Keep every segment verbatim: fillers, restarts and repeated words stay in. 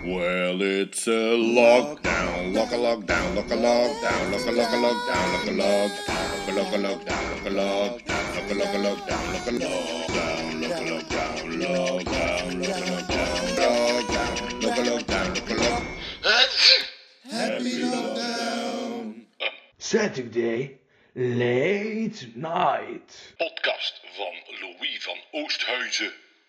Well, it's a lockdown, lock a lockdown, lock a lockdown, lock a lock a lockdown, lock a lockdown, lock a lockdown, lock a lockdown, lock a lock a lockdown, lock a lockdown, lock a lockdown, lockdown, lock a lockdown, lockdown, lock a lockdown, lock a lock. Happy lockdown. Saturday Late Night. Podcast van Louis van Oosthuizen.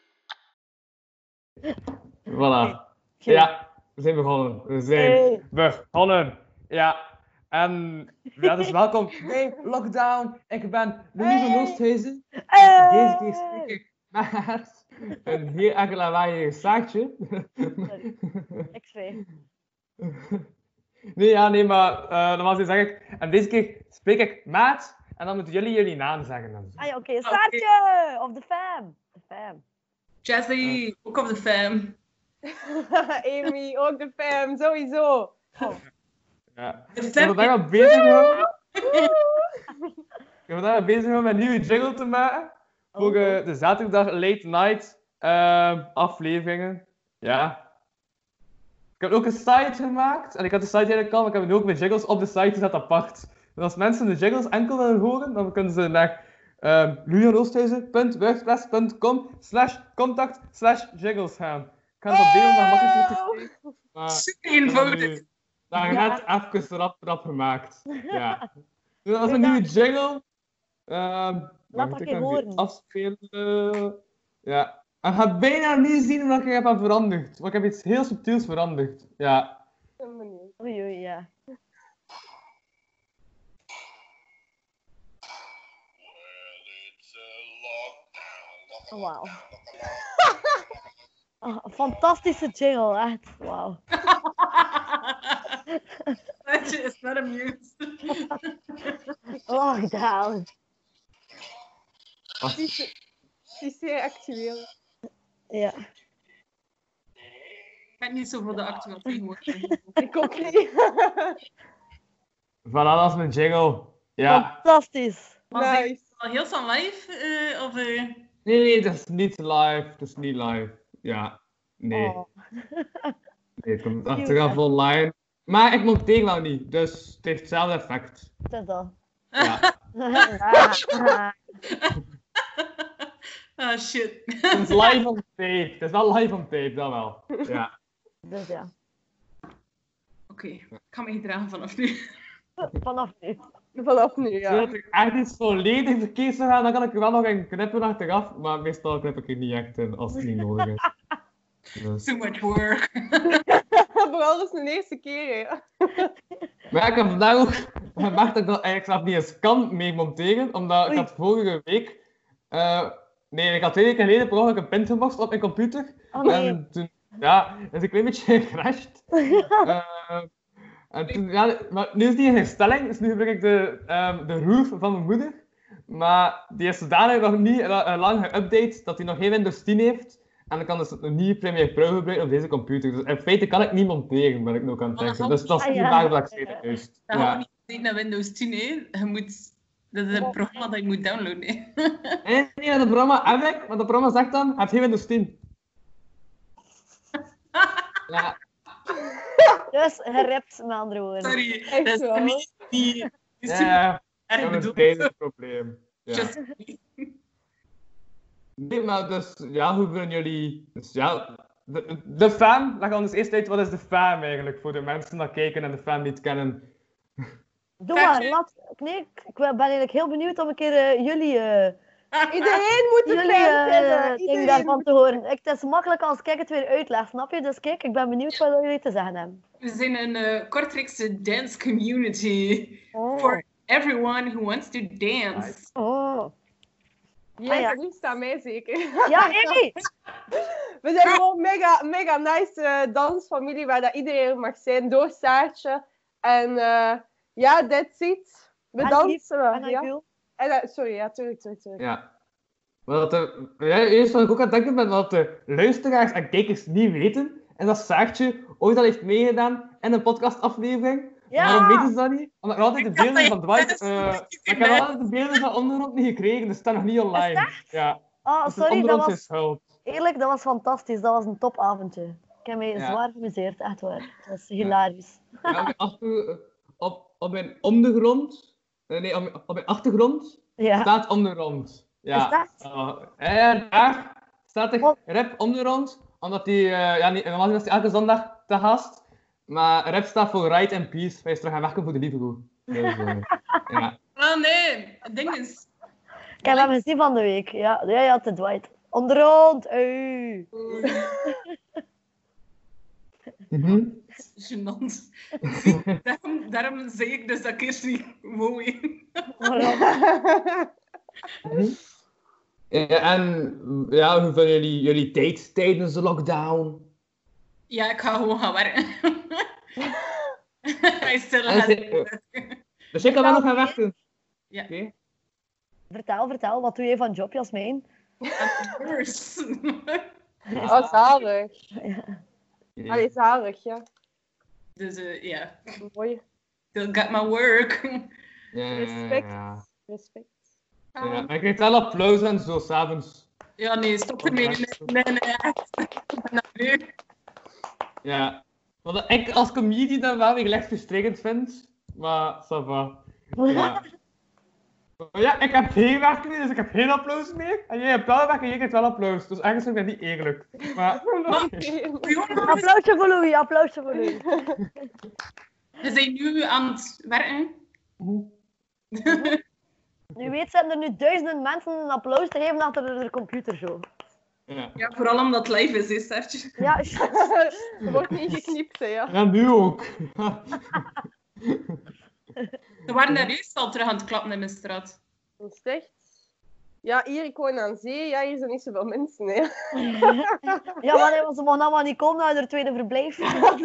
Voilà. Ja, we zijn begonnen. We zijn Hey. begonnen. Ja. En ja, dus welkom bij Lockdown. Ik ben Louis van Hey. Oosthuizen. Hey. Deze keer spreek ik met een heel enkel lawaaiig zaakje. X-ray. Nee, ja, nee, maar uh, normaal zeg ik. En deze keer spreek ik met. En dan moeten jullie jullie naam zeggen. En zo. Ah ja, oké. Okay. Saartje! Of de fam. De fam. Jessie, ook op de fam. Amy, ook de fam, sowieso. Oh. Ja. De Ik ben fam. vandaag al bezig gehouden. Ik ben vandaag al bezig gehouden met een nieuwe jingle te maken. Voor Oh. uh, de zaterdag late night uh, afleveringen. Ja. Ik heb ook een site gemaakt. En ik had de site eigenlijk al, maar ik heb nu ook mijn jingles op de site gezet apart. Dus als mensen de jingles enkel willen horen, dan kunnen ze naar uh, louisvanoosthuizen punt wordpress punt com slash contact slash jingles gaan. Ik ga het op deel nog makkelijker geven. Maar Super ik heb eenvoudig. nu daar net even rap, rap gemaakt. Ja. Dus dat is een nieuwe jingle. Ehm Laat wacht, dat ik je ga die horen. afspelen. Ja. En je gaat bijna niet zien wat ik heb aan veranderd. Want ik heb iets heel subtiels veranderd. Ja. Ben benieuwd. Oei, oei, ja. Oh, wauw. Oh, een fantastische jingle, echt. Wauw. Saartje is not amused. Lockdown. Het is, het is zeer actueel. Ja. Ik heb niet zo voor de actuele tegenwoordig. Ik ook niet. Voilà, dat is mijn jingle. Ja. Fantastisch. Was ik Nice. al heel snel live? eh, of, eh, Nee, nee, dat is niet live. Dat is niet live. Ja. Nee. Oh. Nee, het komt achteraf online. Maar ik monteer wel niet. Dus het heeft hetzelfde effect. Het is dat. Ja. Ah, shit. Het is live on tape. Het is wel live on tape, dat wel. Ja. Dus ja. Oké, ik ga me gedragen vanaf nu. Vanaf nu. Vanaf nu, ja. Zodat ik echt iets volledig verkeerd zou gaan, dan kan ik er wel nog in knippen achteraf. Maar meestal knip ik er niet echt in als het niet nodig is. Dus. Too much work. Vooral als de eerste keer, hè. Maar ik heb vandaag ook gemerkt dat ik dat eigenlijk zelf niet eens kan mee monteren. Omdat ik Oei. had vorige week... uh, nee, ik had twee weken geleden per ongeluk een pin gemorst op mijn computer. Oh nee. En toen... Ja, is een klein beetje gecrashed. Uh, en toen, ja, maar nu is die in herstelling, dus nu gebruik ik de, um, de roof van mijn moeder. Maar die is zodanig nog niet uh, lang geüpdate dat hij nog geen Windows tien heeft. En dan kan dus nog niet Premiere Pro gebruiken op deze computer. Dus in feite kan ik niet monteren, ben ik nog aan het Maar dat denken. is Dus dat is Ah, niet ja. waar dat ik zei juist. Dat gaat Ja. niet steeds naar Windows tien, hè. Je moet... Dat is een programma dat je moet downloaden, hè. Nee, nee, dat programma heb ik, maar dat programma zegt dan, heb geen Windows tien. Ja. Dus geript, met andere woorden. Sorry, Echt dat is wel. niet... niet, niet Ja, super ja, erg dat is bedoeld. deze probleem. Ja. Just... Nee, maar dus, ja, hoe willen jullie... Dus ja, de, de fam, leg ons eerst uit, wat is de fam eigenlijk, voor de mensen die kijken en de fam niet kennen. Doe maar, laat... Nee, ik ik ben eigenlijk heel benieuwd om een keer uh, jullie... Uh, Iedereen moet de jullie fam uh, kennen. ding Iedereen daarvan moet... te horen. Ik, het is makkelijk als ik het weer uitleg, snap je? Dus kijk, ik ben benieuwd wat jullie te zeggen hebben. We zijn een uh, Kortrijkse dance community. Oh. For everyone who wants to dance. Oh. Yes, Ah, ja. dat liefst aan mij zeker. Ja, Amy! We zijn gewoon mega, mega nice uh, dansfamilie waar dat iedereen mag zijn door Saartje. En uh, ja, that's it. We En dansen wel. En dan Ja. Gül. En, uh, sorry, ja, tuurlijk, tuurlijk, tuurlijk. Ja. Maar dat de, ja, eerst wat ik ook aan het denken ben, dat de luisteraars en kijkers niet weten, en dat Saartje ooit al heeft meegedaan in een podcastaflevering. Ja! Waarom weten ze dat niet? Omdat ik altijd de Ik dacht beelden dat van je- Dwight... dat is Uh, zo ik heb altijd de beelden van ondergrond niet gekregen, dus ze staan nog niet online. Ja, Oh, dat is sorry, dat ondergrond zijn was... schuld. Eerlijk, dat was fantastisch. Dat was een topavondje. Ik heb mij Ja. zwaar geamuseerd, echt waar. Dat was hilarisch. Ja, op, mijn achter, op, op mijn ondergrond, eh, nee, op mijn, op mijn achtergrond Ja. staat ondergrond. Ja. Is dat? Uh, en daar staat er Wat? rap ondergrond, omdat die, uh, ja, niet, normaal gezien is die elke zondag te gast, maar rap staat voor Right and Peace. Wij is terug gaan werken voor de lieve goed. Dus, uh, ja. Oh nee, het ding is... Ik heb hem gezien van de week. Ja, ja, ja, te Dwight. Ondergrond. Ui. Mm-hmm. Gênant. daarom, daarom zei ik dus dat ik eerst niet mooi. Ja, en ja, hoe vinden jullie jullie tijd tijdens de lockdown? Ja, ik ga gewoon gaan werken. Hij stil En gaat ze- Dus ik kan wel nog gaan werken. Ja. Oké. Vertel, vertel. Wat doe je van job, Jasmijn? worse. Oh, zalig. Ja. Allee, zalig, ja. Dus eh, ja, Mooi. still got my work. Ja, ja, Respect. ja. Respect. Ja, maar ik kreeg wel applaus en zo s'avonds. Ja, nee, stop ermee. Nee, nee, nee, echt. Nou, nu. Ja. Wat ik als comedian dan wel weer licht frustrerend vind. Maar, ça va. Ja. Maar ja, ik heb geen werk meer, dus ik heb geen applaus meer. En jij hebt wel werk en jij krijgt wel applaus. Dus ergens vind ik dat niet eerlijk. Maar, Jongen, Applausje voor Louis, applausje voor Louis. we zijn nu aan het werken. Nu weet zijn er nu duizenden mensen een applaus te geven achter de computer zo. ja. Ja, vooral omdat het live is, hè, Sertje. Ja, Er wordt niet geknipt, hè, ja. Ja, nu ook. We waren daar eerst al terug aan het klappen in mijn straat. Dat is echt. Ja, hier, ik woon aan zee. Ja, hier zijn niet zoveel mensen, hè. ja maar nee, want ze mogen allemaal niet komen naar haar tweede verblijf.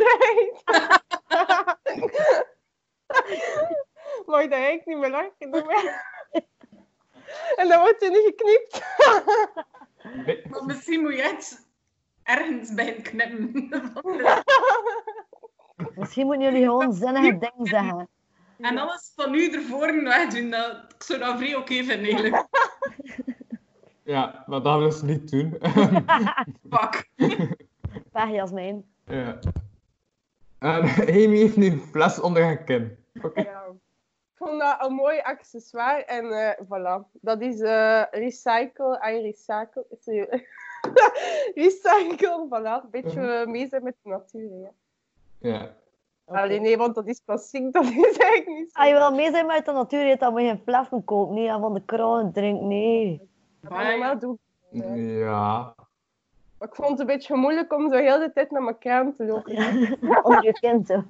Mag ik daar eigenlijk niet meer lachen? Doe maar. En dan wordt er niet geknipt. Maar misschien moet je het ergens bij het knippen. Misschien moeten jullie gewoon zinnige dingen zeggen. En alles van nu ervoor wegdoen, dat, ik zou dat vrij oké vinden, eigenlijk. Ja, maar dat gaan we dus niet doen. Fuck. Weg, Jasmijn. Ja. En Amy heeft nu een fles onder haar kin. Oké. Ja. Ik vond dat een mooi accessoire. En eh, voilà. Dat is eh recycle. I recycle. Sorry. Recycle, voilà. Een beetje uh, mee zijn met de natuur, ja. Ja. Allee, nee, want dat is plastic. Dat is eigenlijk niet zo. Als je wil mee zijn met de natuur, dan moet je geen flessen kopen. Nee, en van de kraan drinken, nee. Dat kan ik wel doen. Ja. Maar ik vond het een beetje moeilijk om zo heel de tijd naar mijn kraan te lopen. Onder je kind zo.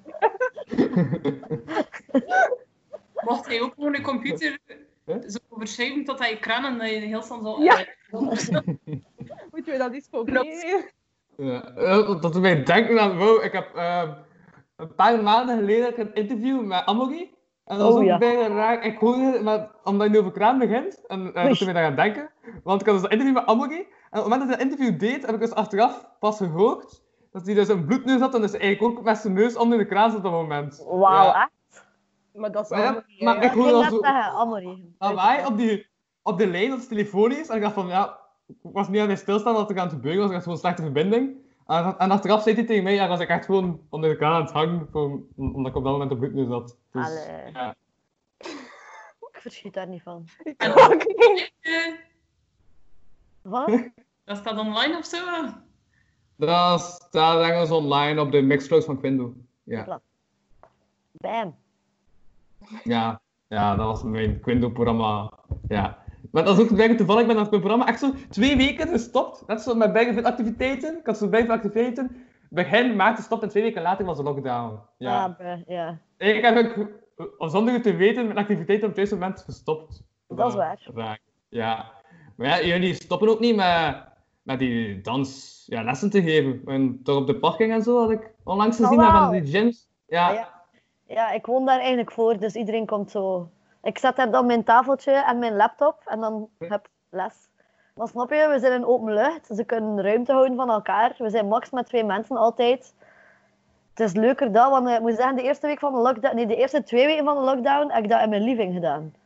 Mocht hij ook gewoon een computer zo overschrijven tot hij je kraan en dat je heel snel zo... Ja. Moeten we dat eens proberen? Ja, eh, dat doet mij denken aan, wow, ik heb uh, een paar maanden geleden had ik een interview met Amory. En dat was Oh, ook ja. bijna raar. Ik hoorde, maar, omdat je nu over kraan begint, en uh, dat doet mij daar aan denken. Want ik had dus een interview met Amory. En op het moment dat hij dat interview deed, heb ik dus achteraf pas gehoord dat hij dus een bloedneus had en dus eigenlijk ook met zijn neus onder de kraan zat op dat moment. Wauw, Ja. echt? Maar dat is Maar ja, allemaal niet, maar hè. ik Ik hoorde ging dat net zo zeggen, Amory. lawaai op, die, op de lijn, dat is telefonisch. En ik dacht van, ja, ik was niet aan het stilstaan dat er aan het gebeuren was. Ik had gewoon een slechte verbinding. En, en achteraf zei hij tegen mij, ja, was ik echt gewoon onder de kraan aan het hangen, voor, omdat ik op dat moment op bloedneus zat. Dus, Allee. ja. Ik verschiet daar niet van. En Ook niet. eh, Wat? dat staat online of zo? Dat staat ergens online op de Mixcloud van Quindo. Ja. Bam. Ja. ja, dat was mijn Quindo-programma. Ja. Maar dat is ook blijkbaar toevallig, ik ben dat mijn programma echt zo twee weken gestopt. Net zo met bijna veel activiteiten. Ik had zo bijna veel activiteiten. Begin maart gestopt en twee weken later was de lockdown. Ja. Ja, bruh, ja. Ik heb ook, eh, zonder het te weten, mijn activiteiten op het juiste moment gestopt. Dat is waar. Raar. Ja. Maar ja, jullie stoppen ook niet met, met die dans, ja, lessen te geven. En toch op de parking en zo, had ik onlangs gezien Oh, heb wauw. van die gyms. Ja. Ja. Ja, ik woon daar eigenlijk voor, dus iedereen komt zo. Ik zet daar dan mijn tafeltje en mijn laptop en dan heb ik les. Maar snap je, we zijn in open lucht, ze kunnen ruimte houden van elkaar. We zijn max met twee mensen altijd. Het is leuker dan, want ik moet zeggen, de eerste week van de lockdown, nee, de eerste twee weken van de lockdown heb ik dat in mijn living gedaan.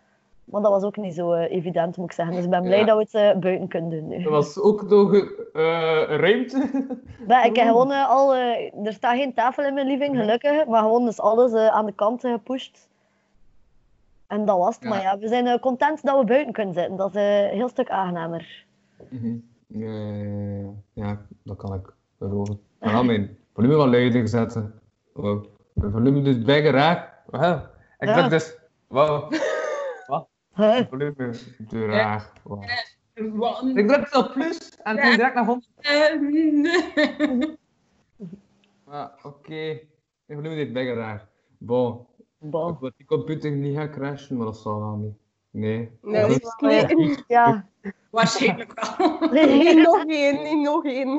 Maar dat was ook niet zo uh, evident, moet ik zeggen. Dus ik ben blij Ja. dat we het uh, buiten kunnen doen nu. Er was ook nog uh, ruimte. Maar ik heb gewoon uh, al... Uh, er staat geen tafel in mijn living, gelukkig. Maar gewoon is alles uh, aan de kant uh, gepusht. En dat was het. Ja. Maar ja, we zijn uh, content dat we buiten kunnen zitten. Dat is uh, een heel stuk aangenamer. Mm-hmm. Ja, ja, ja, ja, dat kan ik geloven. Ik ga mijn volume wat luider zetten. Wow. Mijn volume is bijna raar. Wow. Ik Ja. druk dus... Wow. Wat? Huh? Mijn volume is te raar. Wow. Wat? Ik druk dus op plus en het ging direct naar honderd. Eh, nee. Ah, oké. Okay. Mijn volume is bijna raar. Bon. Bon. Ik wil die computer niet gaan crashen, maar dat zal wel niet. Nee. Nee, Dat dat is- is niet. Ja. Waarschijnlijk wel. Niet nog één, niet nog één.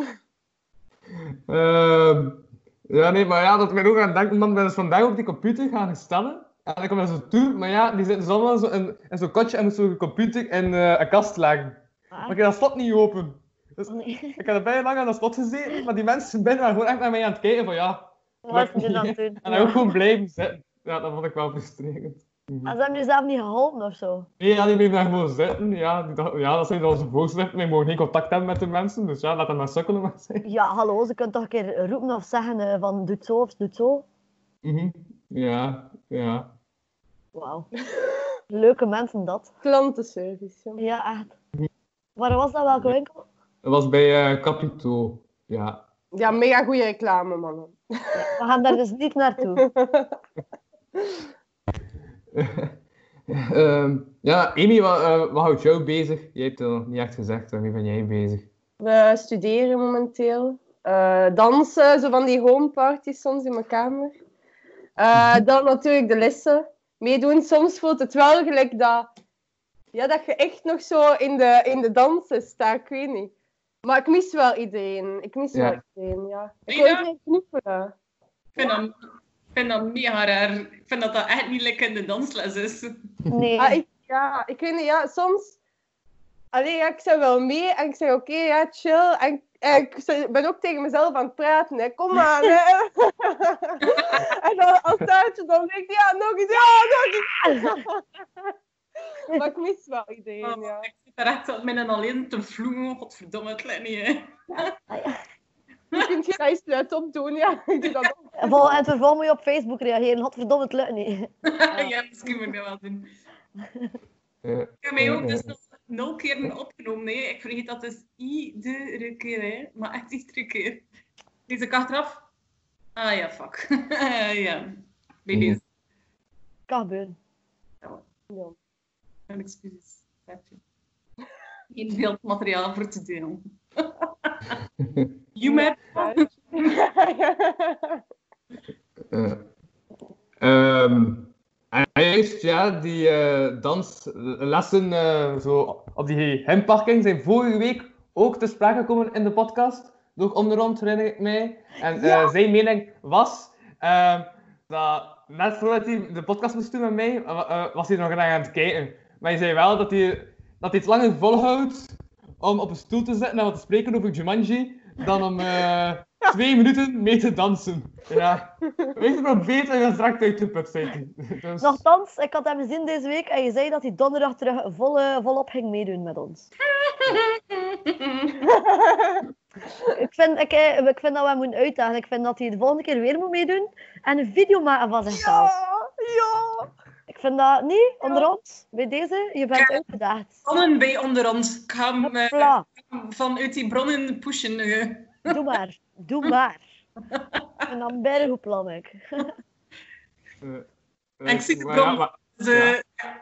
Ehm, ja, nee, maar ja, dat ik ben ook aan het denken, man, ik ben dus vandaag op die computer gaan stellen. En ik kom daar zo toe, maar ja, die zitten dus allemaal zo in, in zo'n kotje en moet zo'n computer in uh, een kast leggen. Maar ik heb dat slot niet open. Dus Oh, nee. ik heb er bijna lang aan dat slot gezeten, maar die mensen binnen waren gewoon echt naar mij aan het kijken van ja, Wat lukt is dit aan niet. het doen? En dan ook gewoon blijven zitten. Ja, dat vond ik wel frustrerend. En ze hebben je zelf niet geholpen of zo? Nee, ja, die bleven daar gewoon zitten. Ja, die dacht- ja dat zijn dan onze voorschriften. Wij mogen geen contact hebben met de mensen, dus ja, laat hem maar sukkelen maar zijn. Ja, hallo, ze kunnen toch een keer roepen of zeggen uh, van doe het zo of doe het zo. Mhm. Ja, ja. Wauw. Leuke mensen dat. Klantenservice, ja. Ja, echt. Waar was dat? Welke winkel? Dat was bij uh, Capito. Ja. Ja, mega goede reclame, mannen. Ja, we gaan daar dus niet naartoe. Ehm, ja, Amy, wat, uh, wat houdt jou bezig? Jij hebt het nog niet echt gezegd, waarmee ben jij bezig? We studeren momenteel. Eh, dansen, zo van die homeparties soms in mijn kamer. Eh, dan natuurlijk de lessen. Meedoen. Soms voelt het wel gelijk dat, ja, dat je echt nog zo in de, in de dansen staat. Ik weet niet. Maar ik mis wel iedereen. Ik mis Ja. wel iedereen, ja. Ik Ja. wil iedereen knuffelen. Ik vind dat, ik vind dat mega raar. Ik vind dat dat echt niet lekker in de dansles is. Nee. Ah, ik, ja, ik weet niet, ja, soms... Allee, ja, ik zeg wel mee en ik zeg oké, ja, chill. En, en ik zeg- ben ook tegen mezelf aan het praten, hè. Kom aan, hè. En dan als thuisje, dan denk ik, ja, nog eens, ja, nog eens. Maar ik mis wel iedereen, ja. Ik zit er echt met een alleen te vloeien. Godverdomme, het lijkt niet, hè. Je kunt geen ijsluit opdoen, ja. Ik doe dat ook. En vol- en vervolgens moet je op Facebook reageren. Godverdomme, het lukt niet. Ja, misschien moet ik dat wel doen. Uh, Ik heb mij ook dus nog nul keer opgenomen. Hè. Ik vergeet dat dus iedere keer, hè. Maar echt iedere keer. Lees ik achteraf? Ah ja, fuck. Ja, bij deze. Kan gebeuren. Ja. Mijn excuses. Perfect. Geen beeldmateriaal voor te delen. You met? Uh, um, en juist, ja, die uh, danslessen uh, zo op die hemparking zijn vorige week ook te sprake gekomen in de podcast. Door onderhand herinner ik mij. En uh, Ja. zijn mening was uh, dat net voordat hij de podcast moest doen met mij, uh, uh, was hij nog graag aan het kijken. Maar hij zei wel dat hij, dat hij het langer volhoudt om op een stoel te zitten en wat te spreken over Jumanji, dan om uh, twee minuten mee te dansen. Ja. Weet je wat beter dan straks uit de put, zei hij. Dus... Nochtans, ik had hem gezien deze week en je zei dat hij donderdag terug vol, uh, volop ging meedoen met ons. ik, vind, ik, eh, ik vind dat we hem moeten uitdagen. Ik vind dat hij de volgende keer weer moet meedoen en een video maken van zichzelf. Ja, ja. Ik vind dat niet, onder ons, bij deze, je bent Ja. uitgedaagd. Bronnen bij onder ons. Ik ga hem uh, Hopla, vanuit die bronnen pushen. Uh. doe maar, doe maar. En dan berg hoe plan ik. Uh, uh, En ik zie de maar bron. ja, maar, Dus, uh,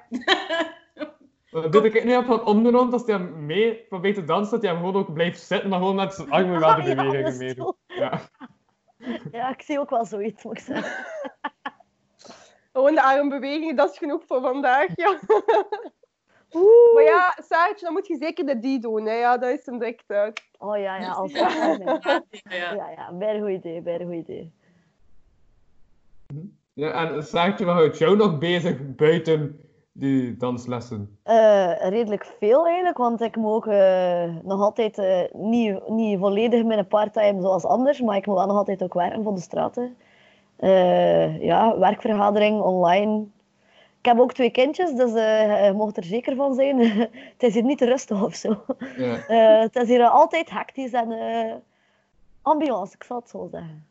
uh, doe ik nu op van onderhand, als hij hem mee probeert te dansen, dat hij hem gewoon ook blijft zitten, maar gewoon met zijn armen wel de Ah, ja, bewegingen dat is meedoen. zo. Ja. Ja, ik zie ook wel zoiets, moet ik zeggen. Gewoon de armbewegingen, dat is genoeg voor vandaag, ja. Oeh. Maar ja, Saartje, dan moet je zeker de die doen, hè. Ja, dat is hem direct uit. Oh ja, ja, als Ja. ja, ja. ja, ja, bij een goed idee, bij een goed idee. Ja, en Saartje, wat houdt jou nog bezig buiten die danslessen? Eh, redelijk veel eigenlijk, want ik moet ook eh, nog altijd eh, niet, niet volledig met een part-time zoals anders, maar ik moet wel nog altijd ook werken voor de straten. Eh, ja, werkvergadering online. Ik heb ook twee kindjes, dus uh, je mocht er zeker van zijn. Het is hier niet te rustig of zo. Ja. Uh, het is hier uh, altijd hectisch en uh, ambiance, ik zal het zo zeggen.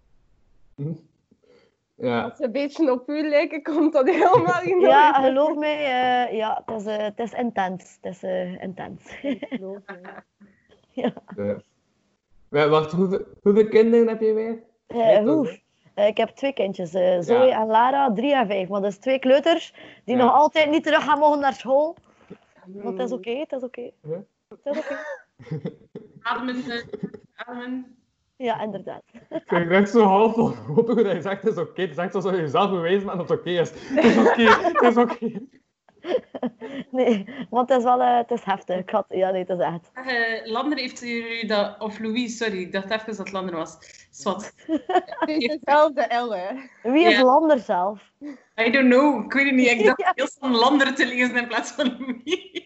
Ja. Als ze een beetje op u lijken, komt dat helemaal in orde. Ja, geloof mij, uh, ja, het, is, uh, het is intens. Het is uh, intens. Geloof me. Ja. Ja. Wacht, hoeveel, hoeveel kinderen heb je weer? Uh, hoe? Uh, ik heb twee kindjes, uh, Zoe ja. en Lara, drie en vijf. Maar dat is twee kleuters die ja. nog altijd niet terug gaan mogen naar school. Maar het is oké, okay, het is oké. Okay. Huh? Het is oké. Okay. Ademen, uh, ademen. Ja, inderdaad. Ik vind het echt zo half wanhopig dat je zegt, het is oké. Okay. Het is echt alsof je jezelf bewijst maar dat het oké okay is. Het is oké, okay. Het is oké. Okay. Nee, want het is wel uh, het is heftig. Ik had, ja, nee, het is echt. Uh, Lander heeft u dat, of Louis, sorry, ik dacht even dat het Lander was. Zwat. Het is dezelfde L, hè. Wie is ja. Lander zelf? I don't know, ik weet het niet. Ik dacht ja. heel snel Lander te lezen in plaats van Louis.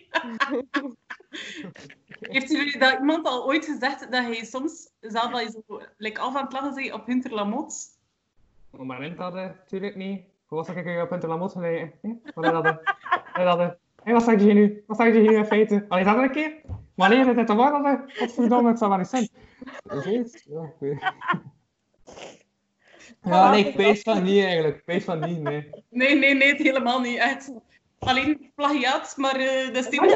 Heeft u dat iemand al ooit gezegd dat hij soms zelf al zo like, af aan het lachen zei op Hunter Lamotte? Op mijn rent hadden, natuurlijk niet. Hoe was dat ik op Hunter Lamotte gelegen? Nee? Wat hadden? Wat hadden? Hé, wat zeg je nu? Wat zeg je hier in feite? Allee, dat een keer? Maar nee, dat is te waar hadden. Wat verdomme, het zou wel niet zijn. Ja, ja, nee, ik pees van niet eigenlijk. Ik pees van niet, nee. Nee, nee, nee, het helemaal niet. Echt. Alleen plagiaat, maar uh, dat is niet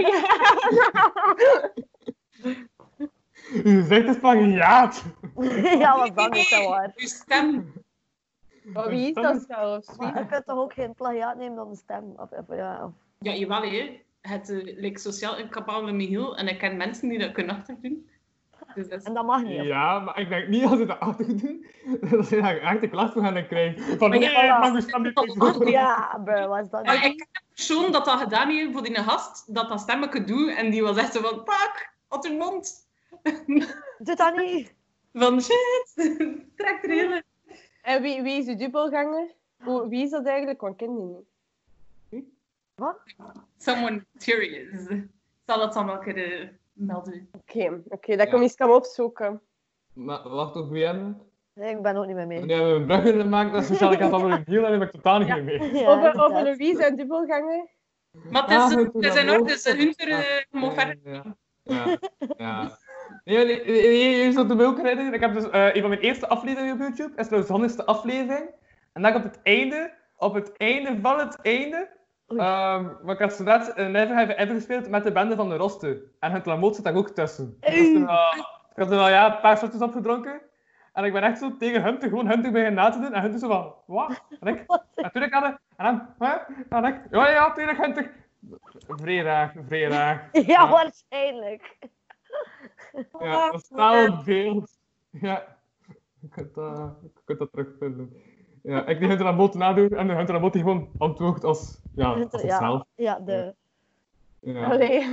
U zegt het plagiaat. Ja, wat dan is dat waar. Uw stem. Maar wie is dat zelfs? Maar je kunt toch ook geen plagiaat nemen dan de stem? Of, of, ja, of... Ja, jawel, hè. Het uh, like, sociaal incapabele Michiel en ik ken mensen die dat kunnen achterdoen. Dus dat is... En dat mag niet. Ja, maar ik denk niet als ze dat achterdoen, dat ze daar echt de klacht voor gaan krijgen. Van, maar nee, ja, ik mag uw stem niet. Ja, bro, wat is dat? Maar ik ken een persoon dat dat gedaan heeft voor die gast, dat dat stemmetje doet, en die was echt zo van, pak, uit uw mond. Doe dat niet. Van, shit, trek er hele. En wie, wie is de dubbelganger? Hoe, wie is dat eigenlijk? Want ik ken die niet. Wat? Someone curious. Ik zal het dan wel kunnen melden. Oké, okay, okay, dat ja. Kom eens gaan opzoeken. Maar wacht, op wie hebben we? Nee, ik ben ook niet meer mee. Nee, we hebben een brug gemaakt, dat is sociaal, ik had allemaal een deal en heb ik totaal niet ja. mee. Ja, over, over Louise en dubbelganger? Maar het is, ah, het is in orde, dus Hunter uh, mag verder. Ja, ja, ja. Nee, nee, nee, je zult me ook herinneren. Ik heb dus uh, een van mijn eerste afleveringen op YouTube, is trouwens de honderdste aflevering. En dan op het einde, op het einde van het einde, um, maar ik had zo net uh, Never Have I Ever gespeeld met de bende van de Roste. En Hunter Lamotte zit daar ook tussen. Dus toen, uh, ik had er al ja, een paar shotjes opgedronken. En ik ben echt zo tegen Hunter, gewoon Hunter beginnen na te doen. En Hunter zo van, wat? En ik, en toen ik had en dan, hè? En ik, ja, ja, tuurlijk Hunter. Vrij raar, vrij raar. Ja, ja, waarschijnlijk. Ja, dat staat op beeld. Ja, je kunt dat, je kunt dat terugvinden. Ja, ik die Hunter Lamotte nadoen en de Hunter Lamotte gewoon antwoordt als, ja, als Hunter, zichzelf. ja, ja, de... Ja. Allee.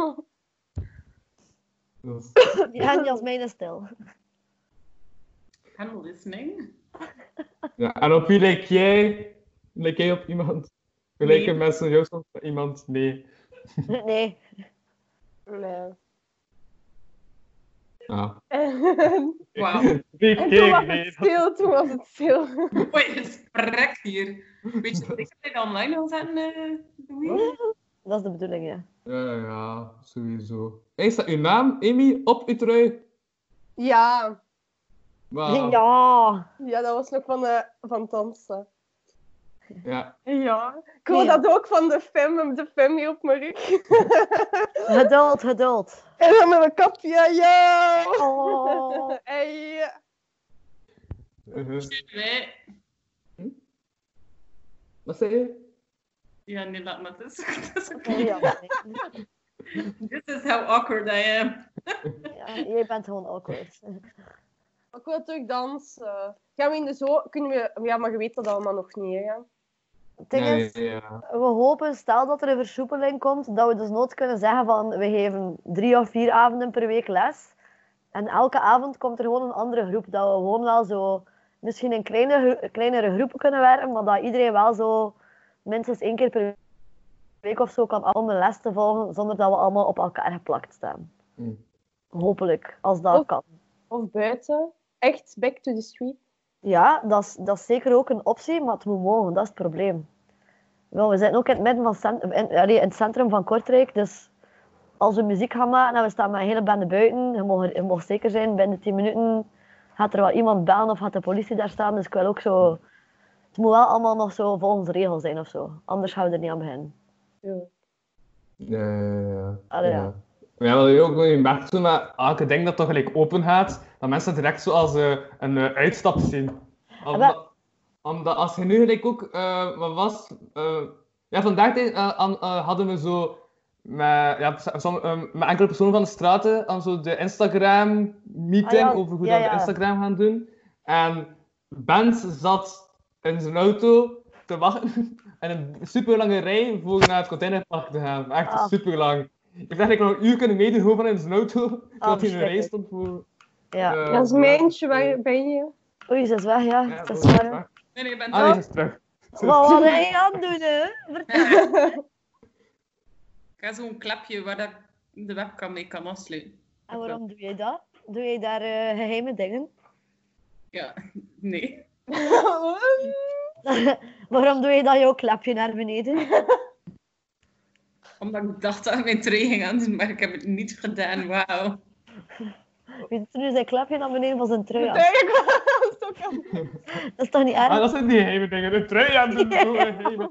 Dus. Ja, niet als mijne stil. I'm listening. Ja, en op wie lijk jij? Lijk jij op iemand? Gelijken nee. mensen jou soms op iemand? Nee. Nee. Nee. Ah. Wauw. En toen was het stil, toen was het stil. Mooi gesprek hier. Weet je dat ik het online wil zetten, uh, Dat is de bedoeling, ja. Ja, ja, sowieso. Is dat uw naam, Amy, op uw trui? Ja. Wow. Ja. Ja, dat was nog van, uh, van dansen. Ja. Ja. Ik hoor ja. dat ook van de fem, de fem hier op mijn rug. Geduld, geduld. En dan met mijn kapje, ja. Oh. Hey. Uh-huh. Nee. Hm? Wat zei je? Ja, nee, laat maar. Dat is oké. Okay. Ja, This is how awkward I am. Ja, jij bent gewoon awkward. Ik wil terug dansen. Gaan we in de zo... Kunnen we... Ja, maar je weet dat allemaal nog niet, hè? Het ding Nee, is, ja. we hopen, stel dat er een versoepeling komt, dat we dus nooit kunnen zeggen van, we geven drie of vier avonden per week les. En elke avond komt er gewoon een andere groep. Dat we gewoon wel zo, misschien in kleine, kleinere groepen kunnen werken, maar dat iedereen wel zo minstens één keer per week of zo kan om een les te volgen, zonder dat we allemaal op elkaar geplakt staan. Mm. Hopelijk, als dat Of- kan. Of buiten. Echt, back to the street. Ja, dat is, dat is zeker ook een optie, maar het moet mogen, dat is het probleem. Wel, we zitten ook in het midden van cent- in, allee, in het centrum van Kortrijk, dus als we muziek gaan maken en we staan met een hele bende buiten, je mag, je mag zeker zijn, binnen tien minuten gaat er wel iemand bellen of gaat de politie daar staan. Dus ik wil ook zo... Het moet wel allemaal nog zo volgens regels zijn of zo. Anders gaan we er niet aan beginnen. Ja. Ja, ja, ja. Allee, ja. ja. Maar ja, wat je ook je merkt zo met elke ding dat toch gelijk open gaat, dat mensen het direct zo als uh, een uh, uitstap zien. Omdat, Ah, omdat als je nu gelijk ook, uh, wat was, uh, ja, vandaag uh, uh, uh, hadden we zo met, ja, som, uh, met enkele personen van de straten aan zo de Instagram meeting Ah, ja. over hoe Ja, we ja. Instagram gaan doen. En Bens zat in zijn auto te wachten in een super lange rij voor naar het containerpark te gaan. Echt Ah. super lang. Ik dacht ik nog een uur kunnen meedoen gewoon van in zijn auto, terwijl hij in een rij verschrikkelijk. stond voor... Ja. eh, Dat is mijntje, waar ben je? Oei, ze is weg, ja. Ja, Het dat is is waar. waar. Nee, nee, je bent Ah, nee, er. ze is terug. Ze is Maar wat terug. ga je aan doen, hè? Vertel. Ik heb zo'n klepje waar dat ik de webcam mee kan afsluiten. En waarom doe je dat? Doe je daar eh, geheime dingen? Ja, nee. Waarom doe je dat jouw klepje naar beneden? Omdat ik dacht dat ik mijn trui ging aan doen, maar ik heb het niet gedaan. Wauw. Wie doet er nu zijn klepje naar beneden van zijn trui aan? Duidelijk. Dat is toch niet erg? Ah, dat zijn die geheime dingen. De trui aan doen. Ja. Zo geheim.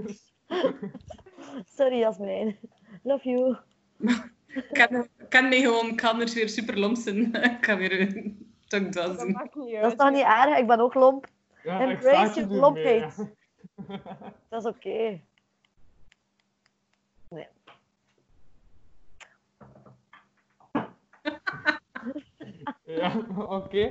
Sorry, Jasmijn. Love you. Ik kan, ik kan me gewoon, ik kan er weer super lomp zijn. Ik kan weer een tok Dat doen. maakt niet Dat is uit. toch niet erg? Ik ben ook lomp. Ja, Embrace ik sta your je lompheid. doen, Dat is oké. Nee. Ja, oké.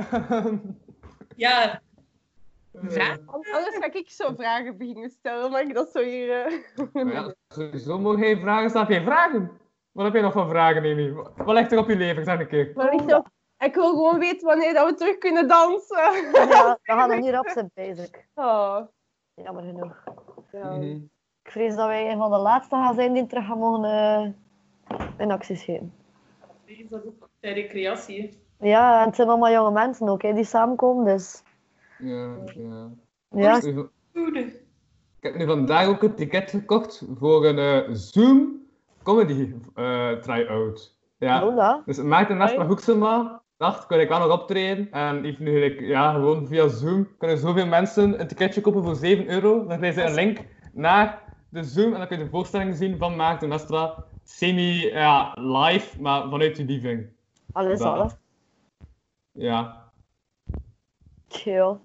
Ja, Ja. Anders ga ik zo vragen beginnen stellen, maar ik dat zo hier... eh, Ja, sowieso mogen geen vragen stellen. Heb jij vragen? Wat heb je nog van vragen, Amy? Wat ligt er op je leven? Zeg een keer. Maar ligt er op- Ik wil gewoon weten wanneer dat we terug kunnen dansen. Ja, we gaan er niet op zijn, basic. Oh. Jammer genoeg. Ja. Mhm. Ik vrees dat wij een van de laatste gaan zijn die terug gaan mogen eh, in actie schieten. is dat ook de recreatie. Ja, en het zijn allemaal jonge mensen ook, hè, die samenkomen, dus... Ja, ja. Ja, Goede. Ik heb nu vandaag ook een ticket gekocht voor een eh, Zoom comedy eh try-out. Ja. Lola. Dus Maarten Westma Hoeksema dacht, kan ik wel nog optreden? En heeft nu gelijk, ja, gewoon via Zoom kunnen zoveel mensen een ticketje kopen voor zeven euro. Dan krijg je een link naar de Zoom en dan kun je de voorstelling zien van Maarten Westra. Semi ja, live, maar vanuit je living. Alles, Ja. alles. Ja. Chill.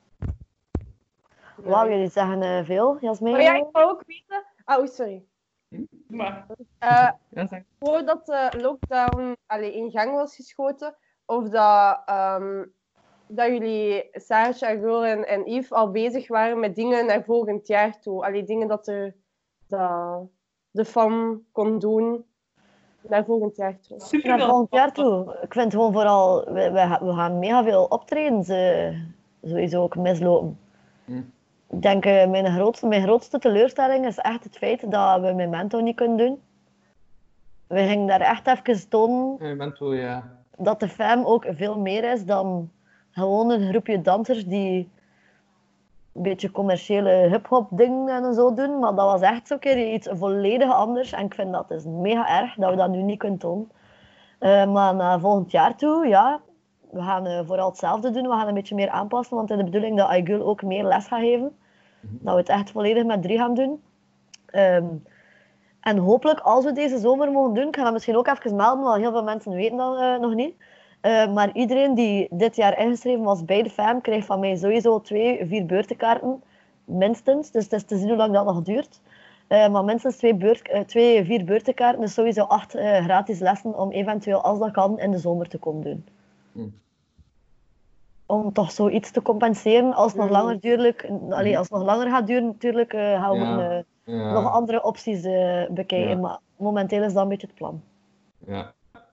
Wauw, jullie zeggen eh, veel, Jasmijn. Maar ja, ik wou ook weten... Oh, sorry. Maar Eh, Ja, zeg. voordat de lockdown allee, in gang was geschoten, of dat, ehm, dat jullie, Sarah, Charol en, en Yves, al bezig waren met dingen naar volgend jaar toe. Allee, dingen dat, er, dat de fam kon doen naar volgend jaar toe. super Naar veel. volgend jaar toe. Ik vind gewoon vooral, we, we, we gaan mega veel optredens eh, sowieso ook mislopen. Hm. Ik denk, eh, mijn, grootste, mijn grootste teleurstelling is echt het feit dat we Memento niet kunnen doen. We gingen daar echt even tonen Je bent wel, ja. dat de fam ook veel meer is dan gewoon een groepje dansers die een beetje commerciële hip-hop dingen en zo doen. Maar dat was echt zo'n keer iets volledig anders. En ik vind dat dus mega erg dat we dat nu niet kunnen tonen. Eh, maar naar volgend jaar toe, ja, we gaan eh, vooral hetzelfde doen. We gaan een beetje meer aanpassen, want het is de bedoeling dat Aigul ook meer les gaat geven. Dat we het echt volledig met drie gaan doen. Ehm, en hopelijk, als we deze zomer mogen doen, ik ga dat misschien ook even melden, want heel veel mensen weten dat eh, nog niet. Eh, maar iedereen die dit jaar ingeschreven was bij de fam, krijgt van mij sowieso twee vier beurtenkaarten. Minstens, dus het is te zien hoe lang dat nog duurt. Eh, maar minstens twee, beurt, uh, twee vier beurtenkaarten, dus sowieso acht uh, gratis lessen om eventueel, als dat kan, in de zomer te komen doen. Mm. Om toch zoiets te compenseren als het nog Mm. langer, duurlijk, allee, als het nog langer gaat duren, natuurlijk uh, gaan we Ja. moeten, uh, Ja. nog andere opties uh, bekijken. Ja. Maar momenteel is dat een beetje het plan. Ja.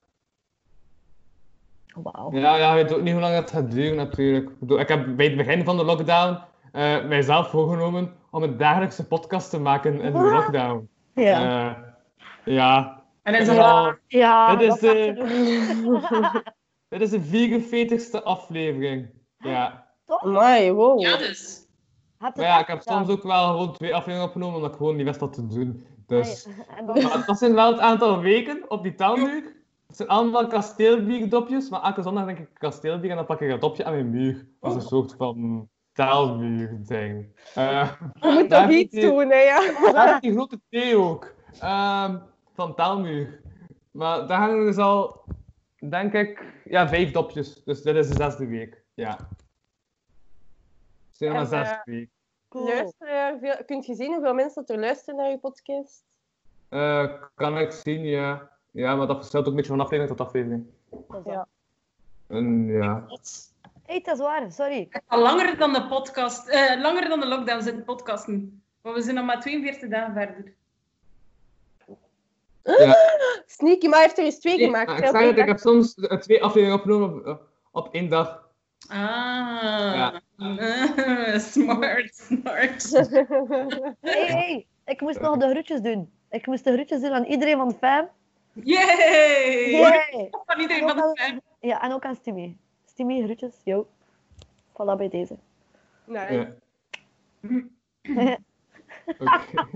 Wauw. Ja, ja, je weet ook niet hoe lang dat gaat duren natuurlijk. Ik bedoel, ik heb bij het begin van de lockdown uh, mijzelf voorgenomen om een dagelijkse podcast te maken in de lockdown. Ja. Uh, ja. En is En dat al- Ja, dit dat is, gaat eh, te doen. Dit is de vierenveertigste aflevering. Ja. Amai, wow. Ja, dus. Gaat Heb je Maar het ja, echt ik heb gedaan? soms ook wel gewoon twee afleveringen opgenomen, omdat ik gewoon niet wist wat te doen. Dus... Ah, ja. En dan... Maar dat zijn wel het aantal weken op die taalmuur. Het zijn allemaal kasteelbierdopjes, maar elke zondag denk ik kasteelbier en dan pak ik een dopje aan mijn muur. Dat is een soort van taalmuur-ding. Uh, Je moet daar toch heb iets die- doen, hè, ja. Daar heb ik die grote thee ook. Ehm, van taalmuur. Maar daar hangen dus al, denk ik, ja, vijf dopjes. Dus dit is de zesde week. Ja. Het zijn er maar En, zes eh, weken. Luisteren er veel... Kunt je zien hoeveel mensen er luisteren naar je podcast? Eh, kan ik zien, ja. Ja, maar dat verschilt ook een beetje van aflevering tot aflevering. Dat is Ja. dat. En ja. Hey, dat is waar, sorry. Al langer dan de podcast, eh, langer dan de lockdown zitten podcasten. Maar we zijn nog maar tweeënveertig dagen verder. ja. Sneaky, maar hij heeft er eens twee Nee, gemaakt. maar hè, ik op zei het, één ik heb soms eh, twee afleveringen opgenomen op, op één dag. Ah, Ja. Ah, smart, smart. dag. Hey, hey, ik moest nog de groetjes doen. Ik moest de groetjes doen aan iedereen van de fam. Yay! Yay! Van iedereen van de fam. Ja, en ook aan Stimmy. Stimmy, groetjes. Yo. Voilà bij deze. Nice. Ja. Oké.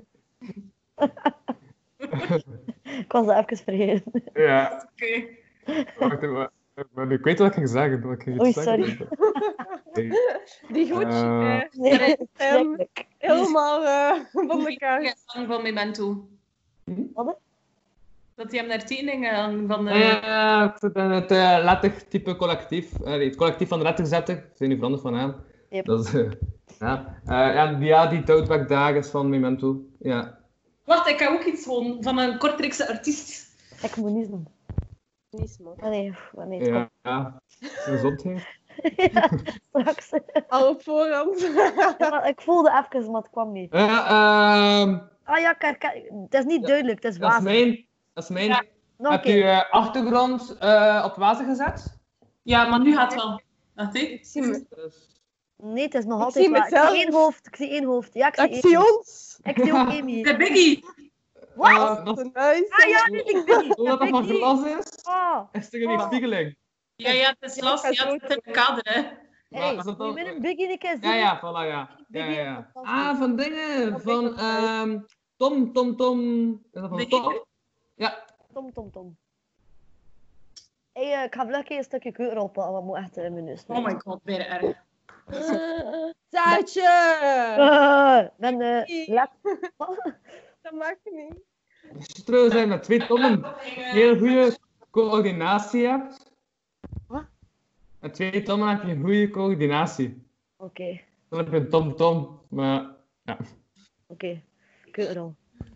Ik was dat even vergeten. Ja. Oké. Wacht even. Maar ik weet wat ik ging zeggen. Wat ik ging iets Oei, zeggen. Nee. Die goed Eh. eh, Nee, Ehm, schrikkelijk. helemaal eh, van elkaar. Ja, van Memento. Wat? Dat hij hem naar tekeningen aan van de... Eh, ik ben het uh, lettertype collectief. Uh, het collectief van de letterzetter. Ze zijn nu veranderd van naam. Yep. Dat is, uh, ja. Uh, ja, die, ja, die toteback daar is van Memento. Ja. Wacht, ik heb ook iets gewoon van een Kortrijkse artiest. Ik moet niet doen. Niet smart. Ah, nee, pff, nee, het Ja. ja. Gezondheid. komt. Ja, straks. Al op voorhand. Ja, ik voelde even, maar het kwam niet. Uh, uh, Ah ja, kijk, kijk, het is niet duidelijk, het is dat is wazig. mijn. Dat is mijn. Ja. Nog een Heb je keer. uh, achtergrond uh, op wazig gezet? Ja, maar nu gaat het wel. Wacht, hè. Ik zie, me, Dus... Nee, het is nog Ik altijd zie waar. Ik mezelf. zie één hoofd, ik zie één hoofd. Ja, ik zie ik één zie hoofd. ons. Ik zie ook Amy. De Biggie! Uh, dat, Nice. Ah ja, nee, ik ben niet. omdat dat van glas is, Ah, is er een spiegeling. Ja, ja, het is lastig. Ja, het zit in de kader, hè. hey, is dat je dan- bent een biggie een keer zien. Ja, ja, voilà, ja. Ja, ja, ja. Ah, van dingen. Van ehm Tom, Tom, Tom. Is dat van Denk Tom? ik. Ja. Tom, tom, tom. Hey, uh, ik ga vlug een stukje keuken oppakken, want ik moet echt in mijn neus. Oh my god, weer erg. Zaadje. Uh, dan, uh, let... Dat maakt niet. Als je trouwens zijn met twee tommen heel goede coördinatie hebt. Wat? Met twee tommen heb je een goede coördinatie. Oké, Dan heb je een tom-tom, maar ja. oké. Keukenrol.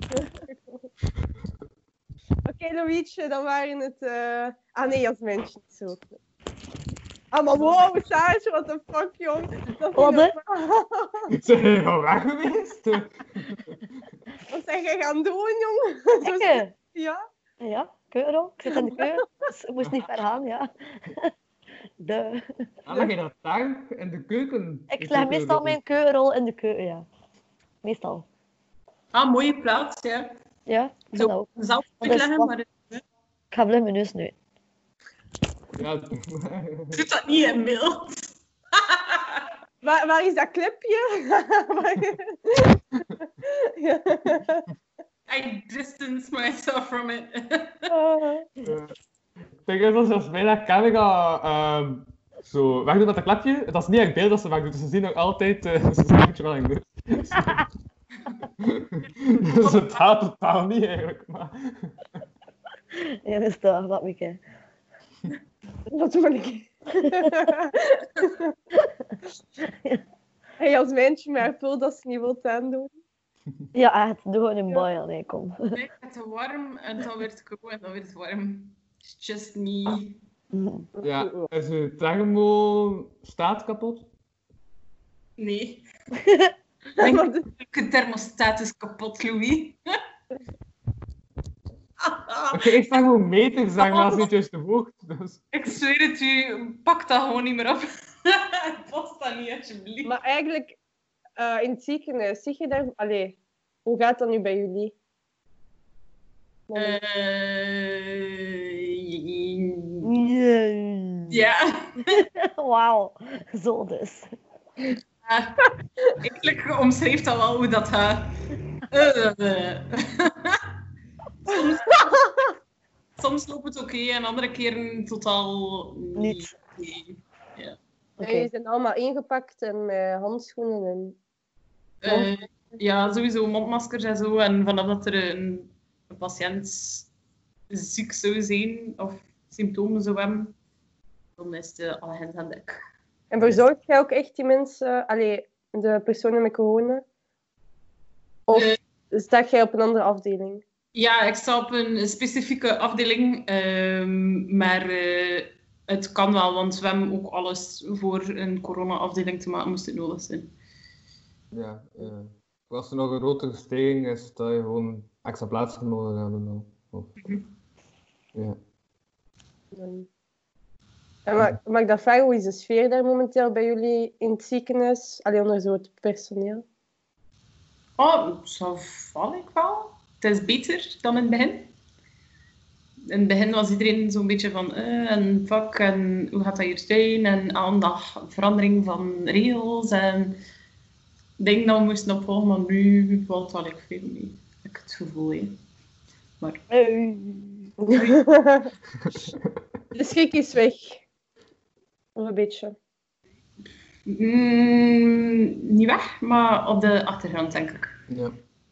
Oké, Louietje, dan waren het... eh Ah nee, als mensen zo. Ah, maar wow, Saartje, what the fuck, jong. Dat Wat, hè? Zijn jullie al weg geweest? Wat zeg je gaan doen, jong? Ik, eh, Ja? ja, keukenrol. Ik zit in de keuken, dus ik moest niet ver gaan, ja. De... Dan leg je dat daar in de keuken. Ik leg meestal mijn keukenrol in de keuken, ja. Meestal. Ah, mooie plaats, ja. Ja, ik vind Zo, dat ook. zelf Dat is uitleggen, wat- maar Ik ga vlug mijn neus nu. Ja, doe dat niet in beeld. Waar, waar is dat clipje? Ja. I distance myself from it. Ik denk dat als wij dat camera ehm zo wegdoen met dat klepje, dat is niet echt beeld dat ze wegdoet, dus ze zien nog altijd, uh, ze zien een beetje wat ik doe. Dus het gaat totaal niet eigenlijk, maar... Ja, dat is toch, wat ik. Wat doe ik? Hey, als mensje maar voelt dat ze niet wilt aandoen. Ja, echt, doe gewoon een boy. Nee, kom. Nee, het is warm en dan werd het koud en dan werd het warm. It's just me. Ja, is uw thermo staat kapot? Nee. Want Mijn thermostaat is kapot, Louis. Oké, ik sta gewoon meter zeggen, maar dat is niet juist de hoogte, dus... Ik zweer het u, pak dat gewoon niet meer op. Past dat niet, alsjeblieft. Maar eigenlijk, eh, in het ziekenhuis, zie je daar... Allee, hoe gaat dat nu bij jullie? Eh, Nee. ja. Wauw, zo dus. Ja, eigenlijk omschrijft dat wel hoe dat gaat. Uh, uh. soms, soms loopt het oké en andere keren totaal niet. Niet. Ja. Oké. En die zijn allemaal ingepakt en met handschoenen en... Uh, ja, sowieso mondmaskers en zo. En vanaf dat er een, een patiënt ziek zou zijn of symptomen zou hebben, dan is het alle hens aan dek. En verzorg jij ook echt die mensen, allee, de personen met corona? Of Uh, sta jij op een andere afdeling? Ja, ik sta op een specifieke afdeling, um, maar uh, het kan wel, want we hebben ook alles voor een corona-afdeling te maken, moest het nodig zijn. Ja, uh, als er nog een grotere stijging is, dat je gewoon extra plaatsen nodig hebben. Of... Mm-hmm. Ja. Dan... En mag, mag ik dat vragen, hoe is de sfeer daar momenteel bij jullie in het ziekenhuis? Allee, onder zo het personeel? Oh, zo val ik wel. Het is beter dan in het begin. In het begin was iedereen zo'n beetje van uh, en fuck, en hoe gaat dat hier zijn? En aandacht, verandering van regels en dingen dat we moesten opvolgen, maar nu valt wel ik veel mee. Ik heb het gevoel, hè. Maar... Hey. De schrik is weg. Of een beetje. Mm, niet weg, maar op de achtergrond, denk ik. Ja.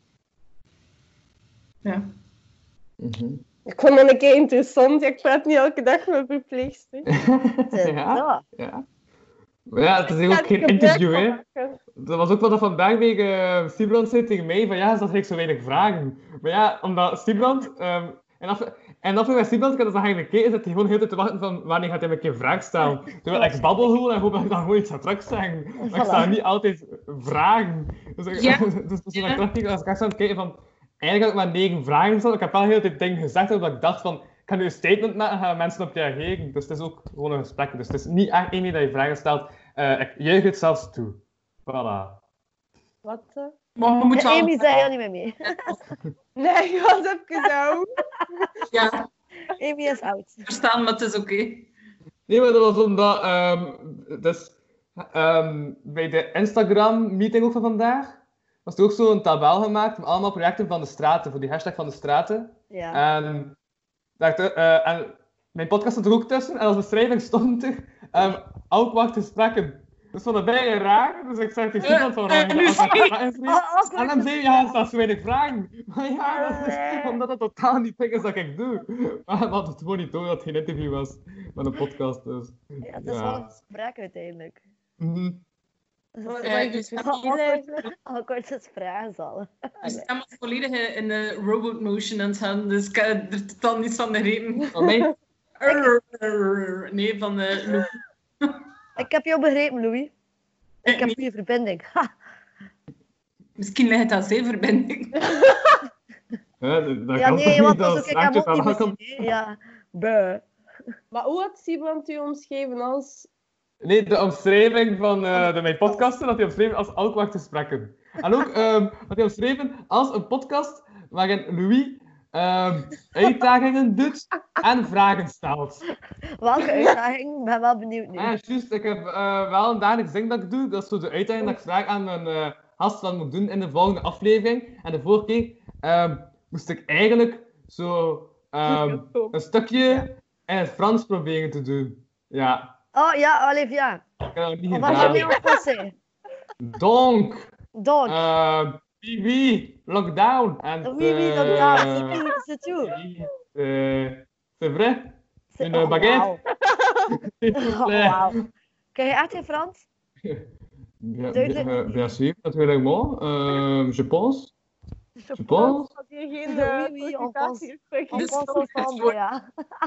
Ja. Mm-hmm. Ik vond dat een keer interessant. Ik praat niet elke dag met verpleegster. ja, ja. Maar ja, het is ook geen interview, hè. Dat was ook wat dat vandaag weer uh, Siebrand zei tegen mij, van ja, ze had zo weinig vragen. Maar ja, omdat Siebrand... Um, en af, en af en met Siebrand kan dat eigenlijk kijken, is dat hij gewoon heel de tijd te wachten van wanneer gaat hij me een keer een vraag stellen. Terwijl ik babbel gewoon en hoop dat ik dan gewoon iets ga terugzeggen. Maar ik sta niet altijd vragen. Dus, ik, Ja. dus, dus, dus ja. ik als ik echt aan het kijken van... Eigenlijk had ik maar negen vragen gesteld. Ik heb wel heel veel dingen gezegd, omdat ik dacht van... Ik ga nu een statement maken en gaan mensen op reageren. Dus het is ook gewoon een gesprek. Dus het is niet echt één dat je vragen stelt. Uh, ik juich het zelfs toe. Voilà. Wat? Uh? Maar we moeten wel... Amy zei heel niet meer mee. Nee, ik was even zo. Ja. Amy is oud. Verstaan, maar het is oké. Okay. Nee, maar dat was omdat... Um, dus, um, bij de Instagram-meeting ook van vandaag... was er ook zo'n tabel gemaakt met allemaal projecten van de straten. Voor die hashtag van de straten. Ja. En, dacht, uh, en mijn podcast stond er ook tussen. En als beschrijving stond er... Um, Alkwachgesprekken. Dus van de beide raar. Dus ik zei tegen iemand van... Uh, uh, nu en dan zei je, ja, er staan zo weinig vragen. Maar ja, dat is omdat dat totaal niet ding is dat ik doe. Maar we hadden het gewoon niet door dat het geen interview was. Maar een podcast dus. Ja, het is ja. wel een gesprek uiteindelijk. Mm-hmm. Uh, dus Akkoord is vragenzaal. Je stem was volledig in de robot motion aan het gaan, dus ik heb er totaal niets van begrepen. Van mij? Nee, van de Louis. Ik heb jou begrepen, Louis. Ik heb Nee. goede verbinding. Misschien ligt het aan zijn verbinding. Ja, dat, dat Ja, kan nee, toch want niet dat als is ook, ik heb straatje ook niet van welkom. gezien. Ja, buh. Maar hoe had Siebrand u omschreven als... Nee, de omschrijving van uh, de, mijn podcasten had hij omschreven als alkwachgesprekken. En ook um, had hij omschreven als een podcast waarin Louis um, uitdagingen doet en vragen stelt. Welke uitdaging? Ik ben wel benieuwd nu. Ja, juist. Ik heb uh, wel een dagelijks ding dat ik doe. Dat is zo de uitdaging dat ik vraag aan mijn uh, gast wat ik moet doen in de volgende aflevering. En de vorige keer um, moest ik eigenlijk zo um, een stukje in het Frans proberen te doen. Ja. Oh ja, Olivia. Ik heb dat niet Wat was je nu gedaan. aan het zeggen? Donc, Donc. uh, oui, oui, lockdown. En, Oui, oui, uh, lockdown. C'est tout, c'est tout. oui, uh, c'est vrai. C'est- Une oh, baguette. S'il vous Oh, plaît. wauw. Ken je echt geen Frans? Bien, Duidelijk bien, niet. bien sûr, naturellement. Euh, je pense. Je Je pense. Had hier geen Oui, uh, oui, on pense- consultatiegesprek On Dus pense dat is ensemble, voor- ja.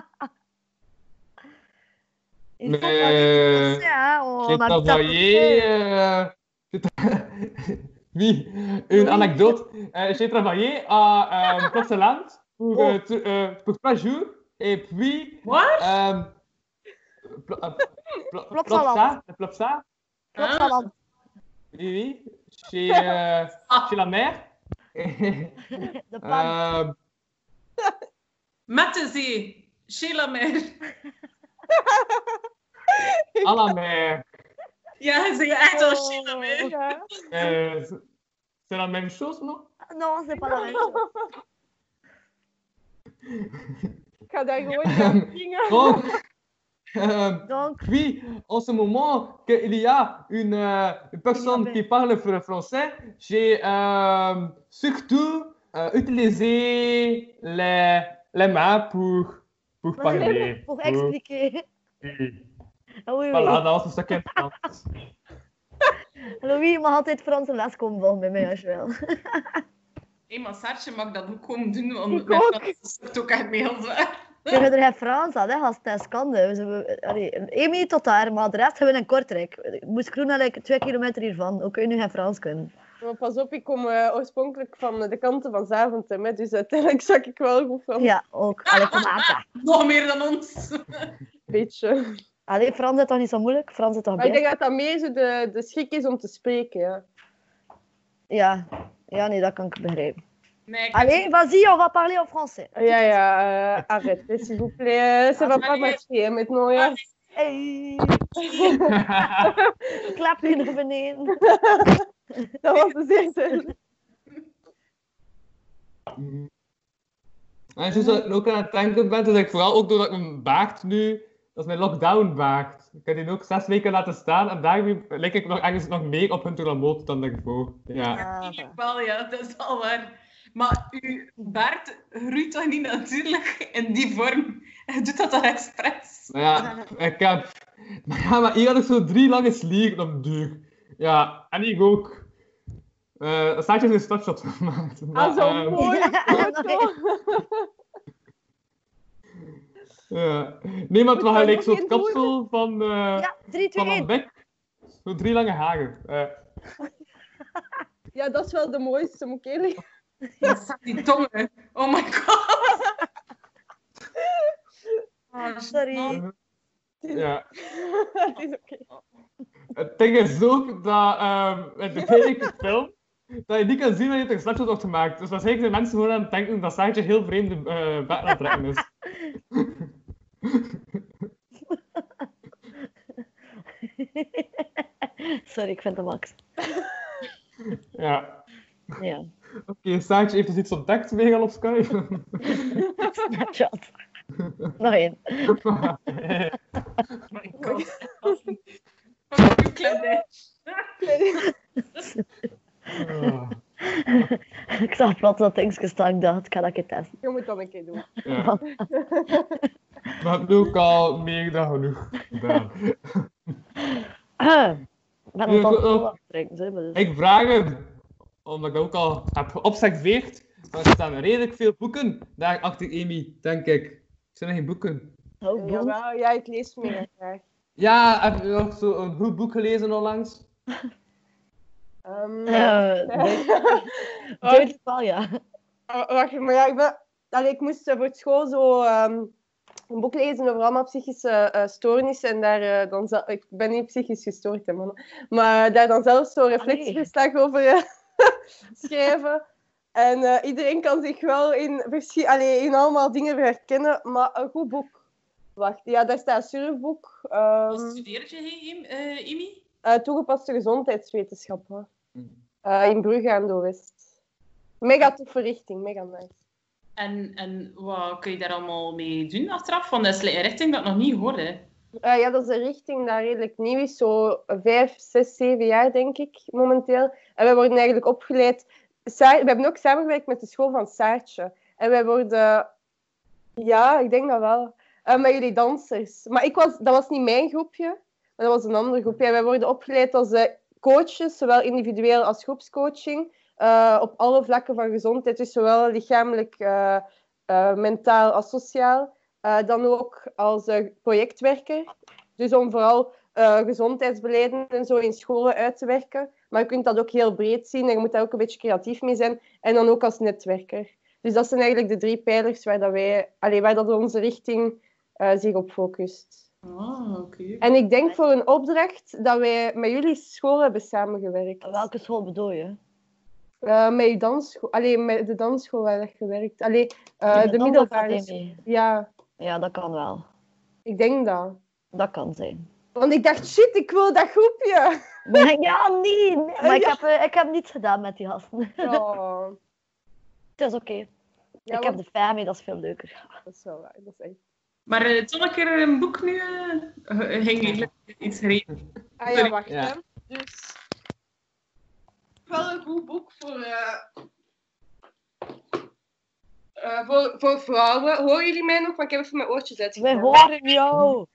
Il faut Mais, parler français, hein. On J'ai habite à travaillé. côté. Euh, j'ai tra- oui, une anecdote. Euh, j'ai travaillé à euh, Plopsaland pour, Oh. euh, t- euh, pour trois jours. Et puis. What? Euh, Plo- euh, Plo- Plopsaland. Plopsa, Plopsa, Plopsaland. oui, oui, chez, euh, Ah. chez la mère. De pan. Euh, Met de zee. Chez la mer. à la mer. Ja, ze je echt wel shit aan mij. Ja. Euh, c'est c'est la même chose, non? Non, c'est pas la même chose. Ik ga daar gewoon gaan zingen. Donc, euh, Donc, puis, en ce moment qu'il y a une, euh, une personne qui parle fr- français, j'ai euh, surtout euh, utilisé les, les mains pour, pour parler. pour expliquer. Oui. Ah, oui, Voilà, oui. dat was een stukje Frans. Louis, je mag altijd Franse les komen volgen bij mij als je wil. Hé, maar Saartje mag dat ook komen doen, want Ik met ook. Frans is het ook echt heel zwaar. Je hebt er geen Frans aan, hè, als het test kan. Dus we, allee, Amy tot daar, maar de rest hebben we in Kortrijk. Ik moest groen like, twee kilometer hiervan. Hoe kun je nu geen Frans kunnen? Maar pas op, ik kom uh, oorspronkelijk van de kanten van Zaventem, hè, dus uiteindelijk zag ik wel goed van. Ja, ook. Allee, kom aan. zeg. Nog meer dan ons. Beetje. Allee, Frans is toch niet zo moeilijk? Frans is toch Maar ik denk best? dat dat meer zo de, de schrik is om te spreken. Ja. Ja. Ja, nee, dat kan ik begrijpen. Nee, ik Allez, vas-y, on va parler en français. Ja, ja, uh, arrête, s'il vous plaît. Ça va pas marcher, maintenant, ja. Hey. Klap je naar beneden. Dat was de zin. En zoals ik ook aan het denken ben, dat ik vooral ook doordat ik mijn baard nu, dat is mijn lockdown baard. Ik heb die ook zes weken laten staan en daarmee lijk ik nog ergens nog meer op hun remote dan daarvoor. Ja. Ah, Eigenlijk wel, ja, dat is al waar. Maar uw baard groeit toch niet natuurlijk in die vorm? Je doet dat toch expres? Maar ja, ik heb... Maar ja, maar hier had ik zo drie lange slieren op de duur. Ja, en ik ook. Uh, Saatje heeft een snapshot gemaakt. Maar, Ah, zo ehm, mooi. foto. ja. Nee, maar het was Moet je gelijk nog zo'n één kapsel van, uh, Ja, drie, twee, van een één. bek. Zo drie lange haren. Uh, Ja, dat is wel de mooiste, moet ik eerlijk Dat die tongen. Oh my god. Oh, Sorry. ja. Het is oké. Het ding is ook dat um, in de tweede film dat je niet kan zien dat je er een snapshot wordt gemaakt. Dus waarschijnlijk zijn mensen gewoon aan het denken dat Saartje heel vreemde uh, bek aan het trekken is. Sorry, ik vind het max. Ja. Ja. Oké, okay, Saartje heeft dus iets ontdekt meegaan op Skype. Snapshot. Nog één. Oh my god. Fucking klein. Oh. Ik zag plots dat dingetje staan. Ik dacht, ik ga dat een keer testen. Je moet dat een keer doen. Ja. We hebben nu ook al meer dan genoeg gedaan. Ik ben Ja, nog ik- wel aan het drinken, zeg maar. Dus. Ik vraag het, omdat ik ook al heb geobserveerd, maar er staan redelijk veel boeken daar achter Amy, denk ik. Zijn er geen boeken? Oh, boem. Jawel, ja, ik lees meer graag. Ja, heb je nog zo een goed boek gelezen onlangs? Um, Eh, Duidelijk wel, ja. Wacht, maar ja, ik, ben, allee, ik moest eh, voor school zo um, een boek lezen over allemaal psychische uh, stoornissen. En daar uh, dan zelf, ik ben niet psychisch gestoord, hè, man. Maar daar dan zelf zo'n reflectieverslag over uh, schrijven. En uh, iedereen kan zich wel in, verschi- allee, in allemaal dingen herkennen, maar een goed boek. Wacht, ja, daar staat een surfboek. Wat Um, studeert je, Im- uh, Imi? uh, toegepaste gezondheidswetenschappen. Uh, in Brugge aan de West. Mega toffe richting, mega nice. En, en wat kun je daar allemaal mee doen achteraf? Want dat is een richting dat ik nog niet hoorde. Uh, ja, dat is een richting dat redelijk nieuw is. Zo vijf, zes, zeven jaar, denk ik, momenteel. En wij worden eigenlijk opgeleid... Sa- we hebben ook samengewerkt met de school van Saartje. En wij worden... Ja, ik denk dat wel. Uh, met jullie dansers. Maar ik was, dat was niet mijn groepje, maar dat was een ander groepje. En wij worden opgeleid als uh, coaches, zowel individueel als groepscoaching. Uh, op alle vlakken van gezondheid. Dus zowel lichamelijk, uh, uh, mentaal als sociaal. Uh, dan ook als uh, projectwerker. Dus om vooral uh, gezondheidsbeleiden en zo in scholen uit te werken. Maar je kunt dat ook heel breed zien en je moet daar ook een beetje creatief mee zijn. En dan ook als netwerker. Dus dat zijn eigenlijk de drie pijlers waar, dat wij, allee, waar dat onze richting uh, zich op focust. Ah, oké. Okay. En ik denk voor een opdracht dat wij met jullie school hebben samengewerkt. Welke school bedoel je? Uh, met, je dansschool, allee, met de dansschool waar je gewerkt. Allee, uh, de, de middelbare school. Ja, Ja, dat kan wel. ik denk dat. Dat kan zijn. Want ik dacht, shit, ik wil dat groepje. Ja, nee. nee. Maar ik Ja. heb, eh, ik heb niets gedaan met die gasten. Oh. Het is oké. Ja, Ik heb want- de family, dat is veel leuker. Dat is wel waar, dat is echt... Maar uh, toch een keer een boek nu. Uh, ging eigenlijk iets gereden. Ah ja, wacht Ja. hè. Dus... Wel een goed boek voor... eh eh, voor, voor vrouwen. Horen jullie mij nog? Want ik heb even mijn oortjes Wij uitgezet. horen jou.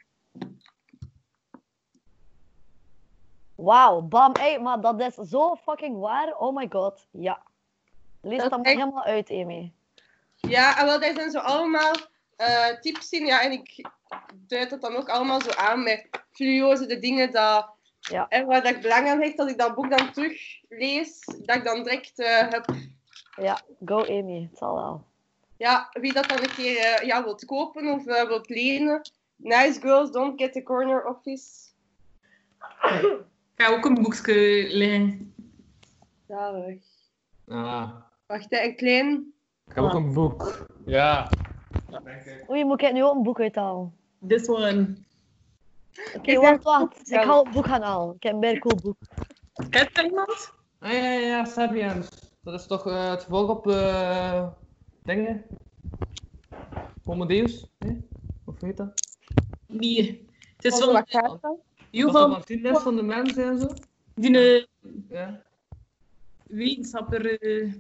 Wauw, bam. Hey, maar dat is zo fucking waar. Oh my god. Ja. Lees Dat dat is maar echt- helemaal uit, Amy. Ja, en wel, daar zijn zo allemaal eh, tips in. Ja, en ik duid dat dan ook allemaal zo aan met fluoze, de dingen dat, Ja. en waar dat ik belang aan hecht, als ik dat boek dan teruglees, dat ik dan direct eh, heb... Ja, go Amy. Het zal wel. Ja, wie dat dan een keer eh, ja, wilt kopen of eh, wilt lenen. Nice Girls Don't Get the Corner Office. Ik ga ook een boekje liggen. Zalig. Ah, Wacht, hè, een klein... ik heb ook een boek. Ja. Oei, moet ik nu ook een boek uithalen? This one. Oké, Ik wacht, heb wacht. boek, Ik ja. ga het boek gaan halen. Ik heb een heel cool boek. Kent er iemand? Ah ja, ja, ja, Sapiens. Dat is toch uh, het vervolg op uh, dingen? Homo Deus? Nee? Of weet dat? Nee. Het is Over van wat gaat dat? Dat Johan, is van tien van de mensen en zo? die uh, Ja. wetenschapper. Uh,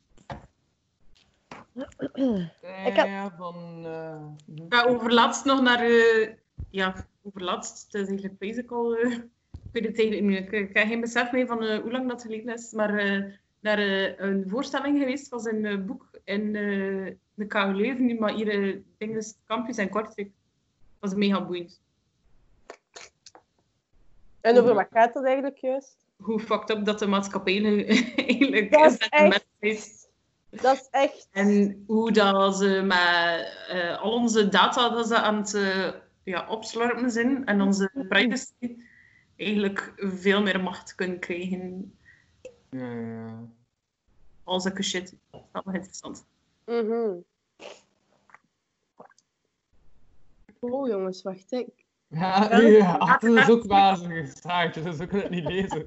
Ja, Ik heb- ja, van... Uh, Ik ga overlaatst nog naar... Uh, ja, overlaatst. Het is eigenlijk basic al... Uh, ik weet het eigenlijk niet meer. Ik, ik heb geen besef mee van uh, hoe lang dat geleden is. Maar uh, naar uh, een voorstelling geweest was een uh, boek in uh, de K U Leuven. Nu maar hier uh, Dinges Campus en Kortrijk. Dat was mega boeiend. En over wat gaat dat eigenlijk juist? Hoe fucked up dat de maatschappij nu eigenlijk Dat is is met de echt- mensheid. Dat is echt... En hoe dat ze met uh, al onze data dat ze aan het uh, ja, opslorpen zijn en onze privacy eigenlijk veel meer macht kunnen krijgen. ja, ja. Al zulke shit. Dat is wel interessant. Mhm. Oh jongens, wacht. Hè. Ja, ja, dat is ook wazig staartje, dus we kunnen het niet lezen.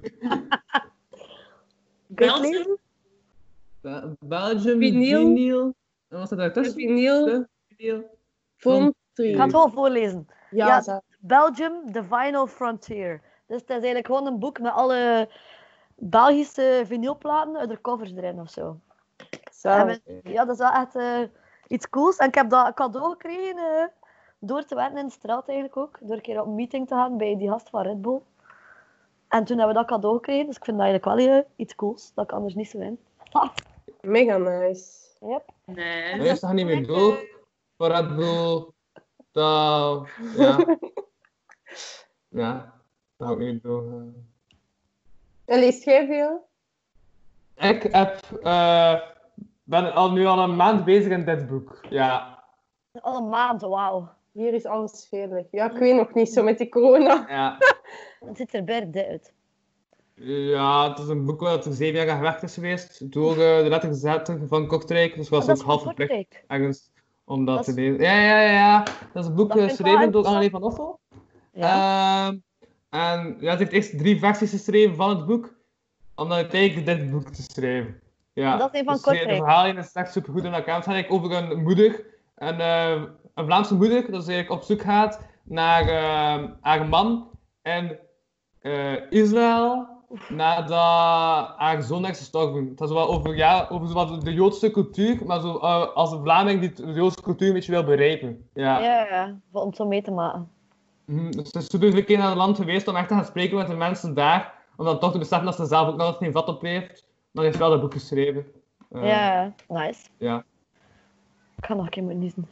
Belgium? Be- Belgium, Vinyl. vinyl. En wat staat daar tussen? Vinyl. De vinyl. Vond Ik ga het gewoon voorlezen. Ja, Ja. zo. Belgium, The Vinyl Frontier. Dus het is eigenlijk gewoon een boek met alle Belgische vinylplaten uit de covers erin of zo. Zo. En we- ja, dat is wel echt eh, iets cools. En ik heb dat cadeau gekregen eh, door te werken in de straat eigenlijk ook. Door een keer op een meeting te gaan bij die gast van Red Bull. En toen hebben we dat cadeau gekregen. Dus ik vind dat eigenlijk wel eh, iets cools. Dat ik anders niet zo in. Mega nice. Yep. Nee. Nee, is dat niet meer door? Voor Red Bull. Dat... Ja. Ja. Dat hou ik niet door. En leest jij veel? Ik heb... eh ben al, nu al een maand bezig in dit boek. Ja. Al een maand, wauw. Hier is alles veilig. Ja, ik weet nog niet zo met die corona. Ja. Het ziet er bij dit uit. Ja, het is een boek waar er zeven jaar aan gewerkt is geweest door uh, de letterzetter van Kortrijk. Dus was Oh, dat ook is half van verplicht Kortrijk. ergens om dat, Dat te is- lezen. Ja, ja, ja, ja. Dat is een boek Dat vind ik wel geschreven door interessant. Annelie van Offel. Ja. Ehm, en ja, ze heeft eerst drie versies geschreven van het boek, om dan uiteindelijk dit boek te schrijven. Ja, Dat is een van dus de- Kortrijk. De verhaallijn is echt supergoed in elkaar. Het gaat eigenlijk over een moeder, een, eh, een Vlaamse moeder, dat ze eigenlijk op zoek gaat naar eh, haar man in eh, Israël, nadat haar zoon is gestorven. Het is wel over, ja, over zo wat de Joodse cultuur, maar zo, eh, als een Vlaming die de Joodse cultuur een beetje wil begrijpen. Ja. Ja, ja, om het zo mee te maken. Mhm, Dus ze is toen een keer naar het land geweest om echt te gaan spreken met de mensen daar, om dan toch te beseffen dat ze zelf ook nog eens geen vat op heeft. Dan heeft ze wel dat boek geschreven. Eh, Ja, nice. ja. Ik ga nog een keer moeten niezen.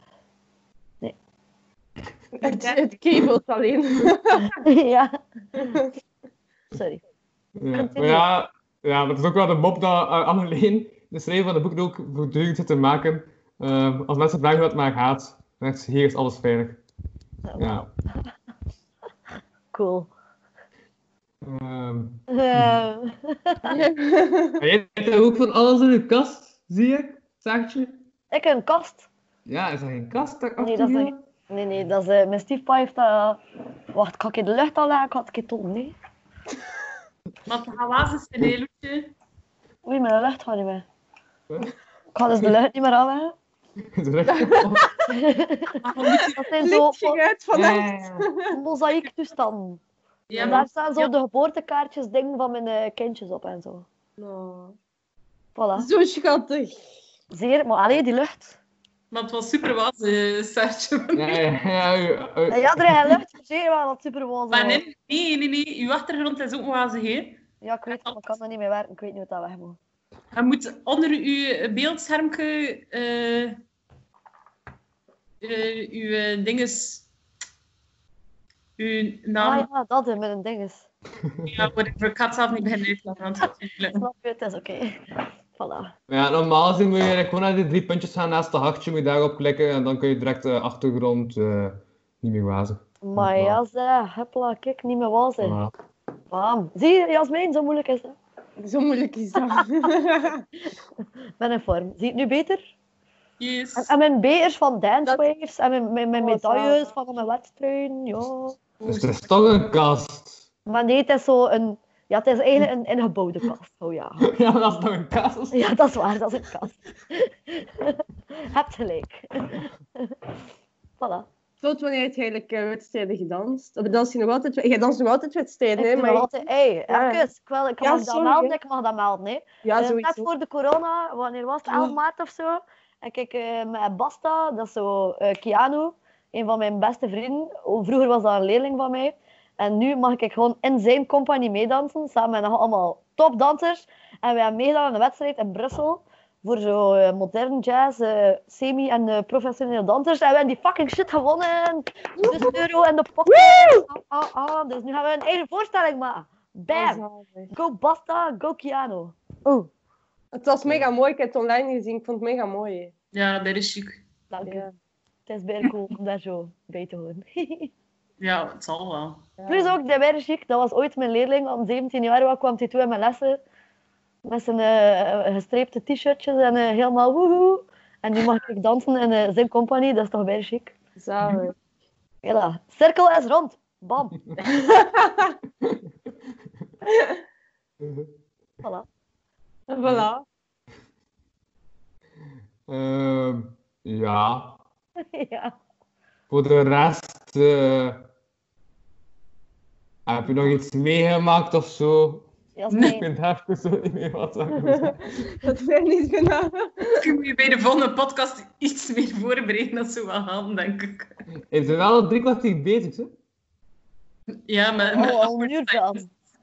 Het, het kriebelt alleen. Ja. Sorry. Ja. Maar ja, ja, maar het is ook wel de mop dat uh, Anneleen, de schrijver van het boek, ook voortdurend zit te maken. Uh, als mensen vragen hoe het maar gaat, dan zegt ze, hier is alles veilig. Ja. Cool. Um, Eh, en jij hebt er ook van alles in de kast, zie ik, Saartje? ik heb een kast. Ja, is er geen kast daar Nee, achter dat is jou? nog- Nee, nee, dat is, uh, mijn stiefpa heeft dat... Wacht, kan ik in de lucht al leggen? Ik had het een keer tot, nee. Maar het gaat wazen zijn, hè, Loetje. Oei, mijn lucht gaat niet meer. Ik ga dus de lucht niet meer aanleggen. Dat zijn zo Licht uit vannacht. mozaïektoestanden. Ja, En maar... daar staan zo de geboortekaartjes, dingen van mijn uh, kindjes op en zo. Oh. Voilà. Zo schattig. Zeer, maar alleen die lucht. Maar het was super wazen, Serge. Ja, ja, ja. ja, En ja, er is lucht, zeer wel dat super was. Maar nee, nee, nee, nee. Uw achtergrond is ook wazig, hè. Ja, ik weet het, maar ik kan er niet mee werken. Ik weet niet wat dat weg moet. Je moet onder uw beeldschermpje uh, uh, uw uh, dinges... Uw naam... Ah ja, dat is met een dinges. Ja, whatever. Ik ga het zelf niet beginnen uitleggen, want het is niet Snap je, het is oké. Okay. Voilà. Ja, normaal gezien moet je eigenlijk gewoon naar die drie puntjes gaan naast het hartje, moet je daarop klikken en dan kun je direct de uh, achtergrond uh, niet meer wazen. Maar ja, zeg, hopla, kijk, niet meer wazen. Voilà. Bam. Zie je, Jasmijn, zo moeilijk is dat. Zo moeilijk is dat. Ik ben in vorm. Zie je het nu beter? Yes. En, en mijn beers van Dance Dat... Waves en mijn, mijn, mijn Oh, medailles zalig. van mijn wedstrijden, ja. Dus het is toch een kast. Maar nee, het is zo een... Ja, het is eigenlijk een ingebouwde kast. Oh ja. Ja, maar dat is toch een kast? Ja, dat is waar, dat is een kast. Hebt gelijk. Voilà. Tot wanneer je het eigenlijk uh, wedstrijden gedanst? Of dans je nog altijd... Je danst nog altijd wedstrijden, Ik hè? doe Maar... nog altijd... Hey, Ja. even, ik, wil, ik Ja, mag dat sorry, melden, hè. ik mag dat melden, hè. Ja, Uh, zoiets. net voor de corona, wanneer was het? elf maart of zo. En kijk, uh, met Basta, dat is zo uh, Keanu, een van mijn beste vrienden. Oh, vroeger was dat een leerling van mij. En nu mag ik gewoon in zijn compagnie meedansen, samen met nog allemaal topdansers. En we hebben meegedaan aan een wedstrijd in Brussel. Voor zo uh, modern jazz, uh, semi- en uh, professionele dansers. En we hebben die fucking shit gewonnen. Dus euro en de pocket. Ah, ah, ah. Dus nu gaan we een eigen voorstelling maken. Bam! Go Basta, go Keanu. Oeh. Het was mega mooi. Ik heb het online gezien. Ik vond het mega mooi. Hè. Ja, dat is chic. Dank u. Ja. Het is bijna cool om daar zo bij te horen. Ja, het zal wel. Plus ook, de bijna chic. Dat was ooit mijn leerling. Om zeventien jaar was, kwam hij toe in mijn lessen. Met zijn uh, gestreepte t-shirtjes en uh, helemaal woehoe. En nu mag ik dansen in uh, zijn compagnie. Dat is toch bijna chic. Zalig. Ja, cirkel is rond. Bam. Voilà. Voilà. Uh, ja. Ja. Voor de rest... Uh, heb je nog iets meegemaakt of zo? Jasmijn. Ik weet even zo niet meer wat ik moet zeggen. Dat heb ik niet gedaan. Je moet je bij de volgende podcast iets meer voorbereiden. Dat zou wel gaan, denk ik. Je bent wel al drie kwartier bezig, hè? Ja, maar... maar Oh, al een uur dan.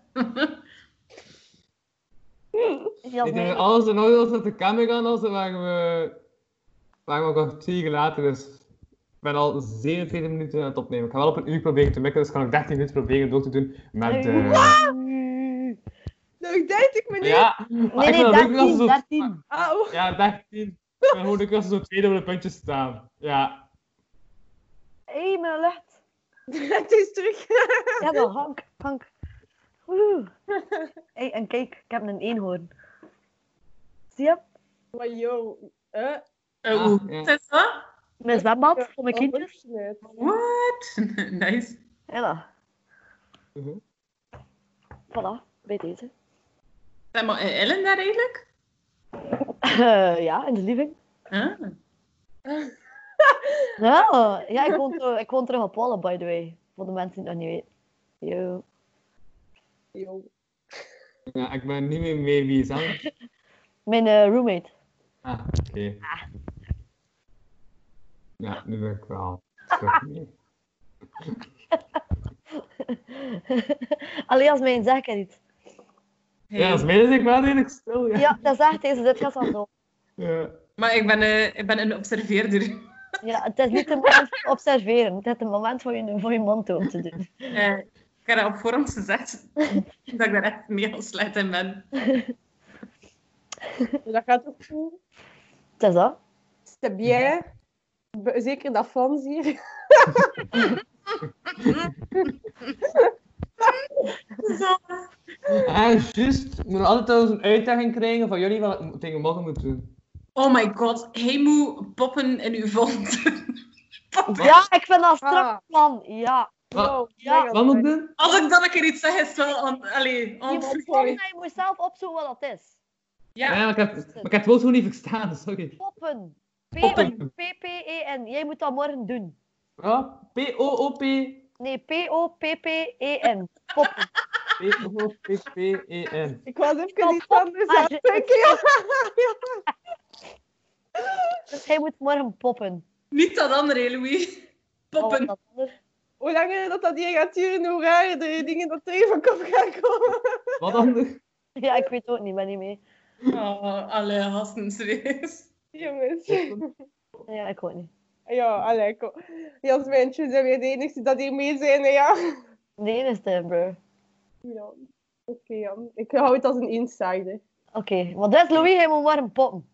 Ik Jasmijn. denk alles in orde als met de camera en alles, waren we... waren we ook al twee later, dus... Ik ben al zevenentwintig minuten aan het opnemen. Ik ga wel op een uur proberen te mikken, dus ik ga nog dertien minuten proberen door te doen met... Uh... Nog dertig minuten? Ja, maar Nee, ik nee, vind het leuk dat ze dertien, zo... dertien. Auw. Ja, dertien. Ik ben gewoon leuk dat ze zo twee dubbele puntjes staan. Ja. Hé, hey, mijn lucht. Het is terug. Ja, dan Hank. Hank. Woehoe. Hey, en kijk, ik heb een eenhoorn. Zie je? Maar yo. Uh, Uh, hoe Ah, ja. is dat? Mijn zwembad voor mijn kindjes. What? Nice. Ja, Mhm. voilà, bij deze. Zeg maar, is Ellen daar eigenlijk? Uh, ja, in de living. Huh? Ja, ja ik, woon, ter- ik woon terug op Wallen, by the way. Voor de mensen die het nog niet weten. Yo. Yo. Ja, ik ben niet meer mee wie is dat? Mijn uh, roommate. Ah, oké. Okay. Ja, nu ben ik wel terug mee. Allee, als mijn zeg ik iets. Hey. Ja, als mij is ik wel redelijk stil, ja. Ja, dat zegt deze, dit gaat dan zo. Ja. Maar ik ben, uh, ik ben een observeerder. Ja, het is niet het moment voor observeren. Het is het moment voor je, voor je mond open te doen. Uh, ik heb dat op voorhand gezegd. Dat ik daar echt mega slecht in ben. Dat gaat ook goed. Het is dat. C'est bien. Be- Zeker dat Frans hier. Ah, juist. Ik moet altijd trouwens een uitdaging krijgen van jullie wat ik tegen morgen moet doen. Oh my god, hij moet poppen in uw vond. Ja, ik vind dat strak, Ah. man. Ja. Wow, Ja. mega Wat moet ik fijn. doen? Als ik dan een keer iets zeg, is het wel aan... Allee, Je aan moet, sorry. sorry, je moet zelf opzoeken wat dat is. Ja, Ja, maar ik heb, maar ik heb het woord gewoon niet verstaan, sorry. Poppen. Poppen. P P E N. Jij moet dat morgen doen. Ja, P O O P Nee, P O P P E N. Poppen. P O P P E N. Ik was even Stop, iets pop. anders Maar aan het denken. Ja. Dus hij moet morgen poppen. niet dat andere, hè, Louis. Wat was Poppen. dat anders? Hoe langer dat dat hier gaat duren, hoe raar de dingen dat er even op gaan komen. Wat anders? Ja, ik weet het ook niet, ben niet mee. Oh, allee, gasten, serieus. Jongens. Ja, ik ook niet. Ja, allee, kom. Jasmijntje zijn weer de enige dat hier mee zijn, hè, ja. De enige, bro. Ja. Oké, ja. Ik hou het als een insider. Oké, maar dus Louis, hij moet morgen poppen.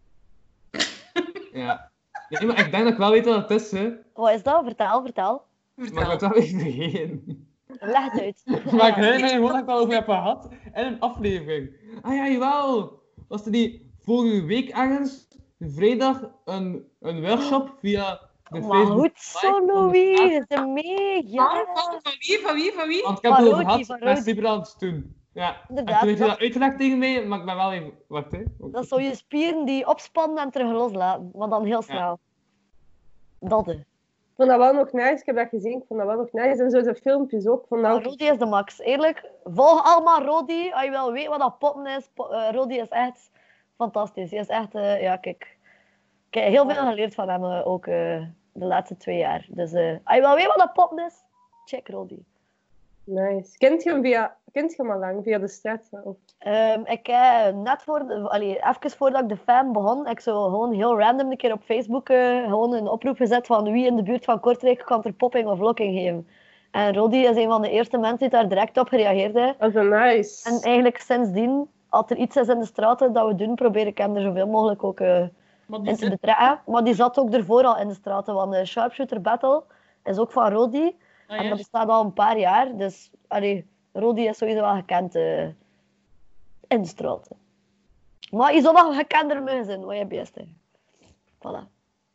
Ja. Nee, maar ik denk dat ik wel weet wat het is, hè. Wat is dat? Vertel, vertel. Maar ik Vertel. ben het wel weer vergeten. Leg het uit. Maar ik herinner me gewoon dat ik het al over heb gehad in een aflevering. Ah ja, jawel. Was er die vorige week ergens, vrijdag, een, een workshop via de Maar Facebook goed zo, Live van de Louis. straat? Je bent mee. Van, Ja, van, van wie, van wie, van wie? Want ik heb Van het over Rodi, gehad van met Rodi. Sibrand toen. Ja. En Inderdaad, toen heeft hij dat- dat uitgelegd tegen mij, maar ik ben wel even... Wacht, hè. dat is zo je spieren die opspannen en terug loslaten. Maar dan heel snel. Dat is. Ik vond dat wel nog nice. Ik heb dat gezien. Ik vond dat wel nog nice. En zo de filmpjes ook. Ik vond dat Maar ook... Rodi is de max. Eerlijk, volg allemaal Rodi. Als je wil weten wat dat poppen is. Po- eh, Rodi is echt fantastisch. Hij is echt, eh, ja, kijk. Ik heb heel veel geleerd van hem eh, ook eh, de laatste twee jaar. Dus eh, als je wil weten wat dat poppen is, check Rodi. Nice. Kent je hem via... Kent je hem al lang? Via de straat? Of... Ehm, ik heb net voor, de- allee, even voordat ik de fan begon, ik zo gewoon heel random een keer op Facebook eh, gewoon een oproep gezet van wie in de buurt van Kortrijk kan er popping of locking geven. En Rodi is een van de eerste mensen die daar direct op gereageerd heeft. Dat is een nice. En eigenlijk sindsdien, als er iets is in de straten dat we doen, probeer ik hem er zoveel mogelijk ook eh, Maar die in te zit... betrekken. Maar die zat ook ervoor al in de straten, want de Sharpshooter Battle is ook van Rodi. Ah, En ja. dat bestaat al een paar jaar, dus allee, Rodi is sowieso wel gekend eh, in de straten. Maar je zou nog gekender mogen zijn, wat je best is. Voilà.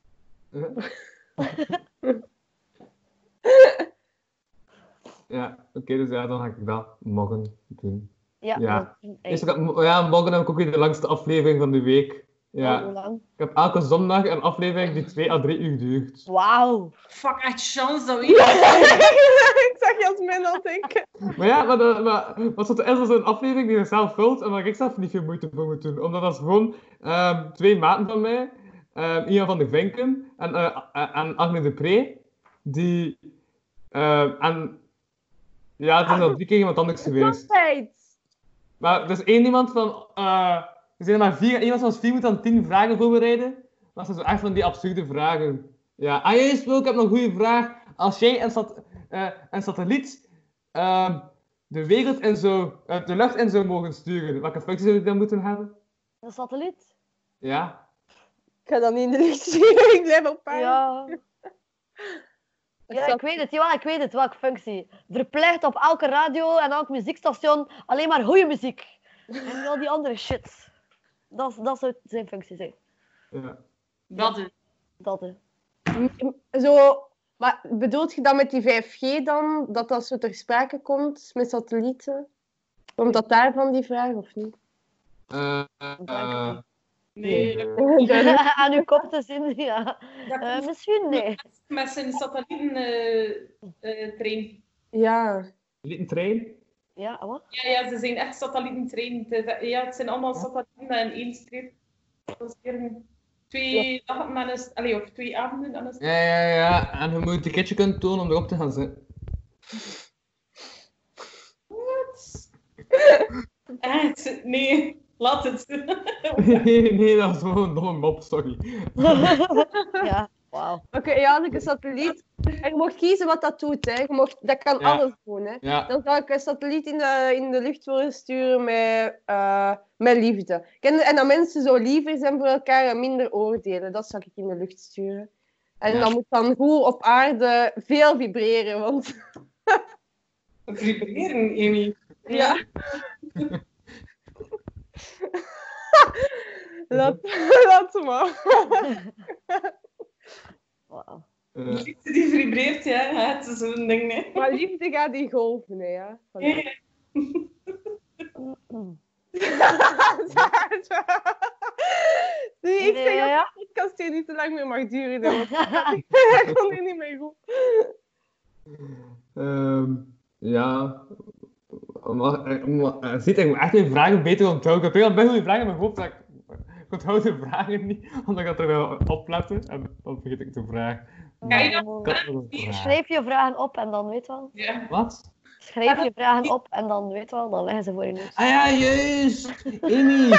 Ja, oké, dus ja, dan ga ik dat morgen doen. Ja, Ja. dat is een ei. Eerst, ik had- ja, morgen heb ik ook weer de langste aflevering van de week. Oh, Ja. hoe lang? Ik heb elke zondag een aflevering die twee à drie uur duurt. Wauw. Fuck, echt chance dat we... Ik zag Jasmijn al denken. Maar ja, maar, de, maar wat het is, is een aflevering die zichzelf vult en waar ik zelf niet veel moeite voor moet doen. Omdat dat is gewoon ehm, twee maten van mij, ehm Ian van der Vinken en, eh, eh, en Agne de Pre, die... ehm, en ja, het is al drie keer iemand anders geweest. Gezondheid. Maar er is één iemand van... eh er zijn er maar vier, iemand van ons vier moet dan tien vragen voorbereiden. Dat zijn zo echt van die absurde vragen. Ja, ah juist, Wil, ik heb nog een goede vraag. Als jij een, sat, eh, een satelliet ehm, de wereld in zo, eh, de lucht in zou mogen sturen, welke functie zou je dan moeten hebben? Een satelliet? Ja. Ik ga dat niet in de lucht sturen. Ik blijf op paard. Ja. Ja, ik weet het. Jawel, ik weet het. Welke functie? Verplicht op elke radio en elk muziekstation alleen maar goede muziek. En al die andere shit. Dat, dat zou zijn functie zijn. Ja. Dat is... Dat is. Zo, maar bedoelt je dat met die vijf G dan, dat dat zo ter sprake komt met satellieten? Komt dat daarvan die vraag of niet? Eh, eh, Nee, dat, Aan uw kop te zien, ja. dat Eh, komt misschien nee. met zijn satellietentrein. Ja. Een trein? Ja, wat? Ja, ja, ze zijn echt satellietentrein. Het is- Ja, het zijn allemaal satellieten in één streep. Dat is weer twee dagen aan een... Allee, of twee avonden aan een... Ja, ja, ja. En je moet een ticketje kunnen tonen om erop te gaan zitten. Wat? Echt? Nee, laat het. Nee, nee, dat is gewoon een domme mop, sorry. Ja, wauw. Oké, ja, als ik een satelliet... En je mag kiezen wat dat doet, hè. Je mag, dat kan Ja. alles doen, hè. Ja. Dan zou ik een satelliet in de, in de lucht willen sturen met, eh, met liefde. En, en dat mensen zo liever zijn voor elkaar en minder oordelen. Dat zou ik in de lucht sturen. En Ja. dat moet dan goed op aarde veel vibreren, want... Vibreren, Amy. Ja. laat, laat ze maar. Wauw. De liefde die vibreert, ja. ja het is zo'n ding, nee. Maar liefde gaat die golven, hè, ja. Voilà. Nee, ik zeg dat de podcast hier niet te lang meer mag duren. Dan. Ik kon hier niet meer goed. Um, ja... Maar, maar, ziet, ik moet echt mijn vragen beter onthouden. Ik heb heel veel goede vragen in mijn hoofd, maar ik, ik onthoud de vragen niet, omdat ik het er wel opletten en dan vergeet ik de vraag. Kan je dat? Schrijf je vragen op en dan weet wel. Ja. Wat? Schrijf je vragen op en dan weet wel, dan leggen ze voor je neus. Ah ja, juist! Amy!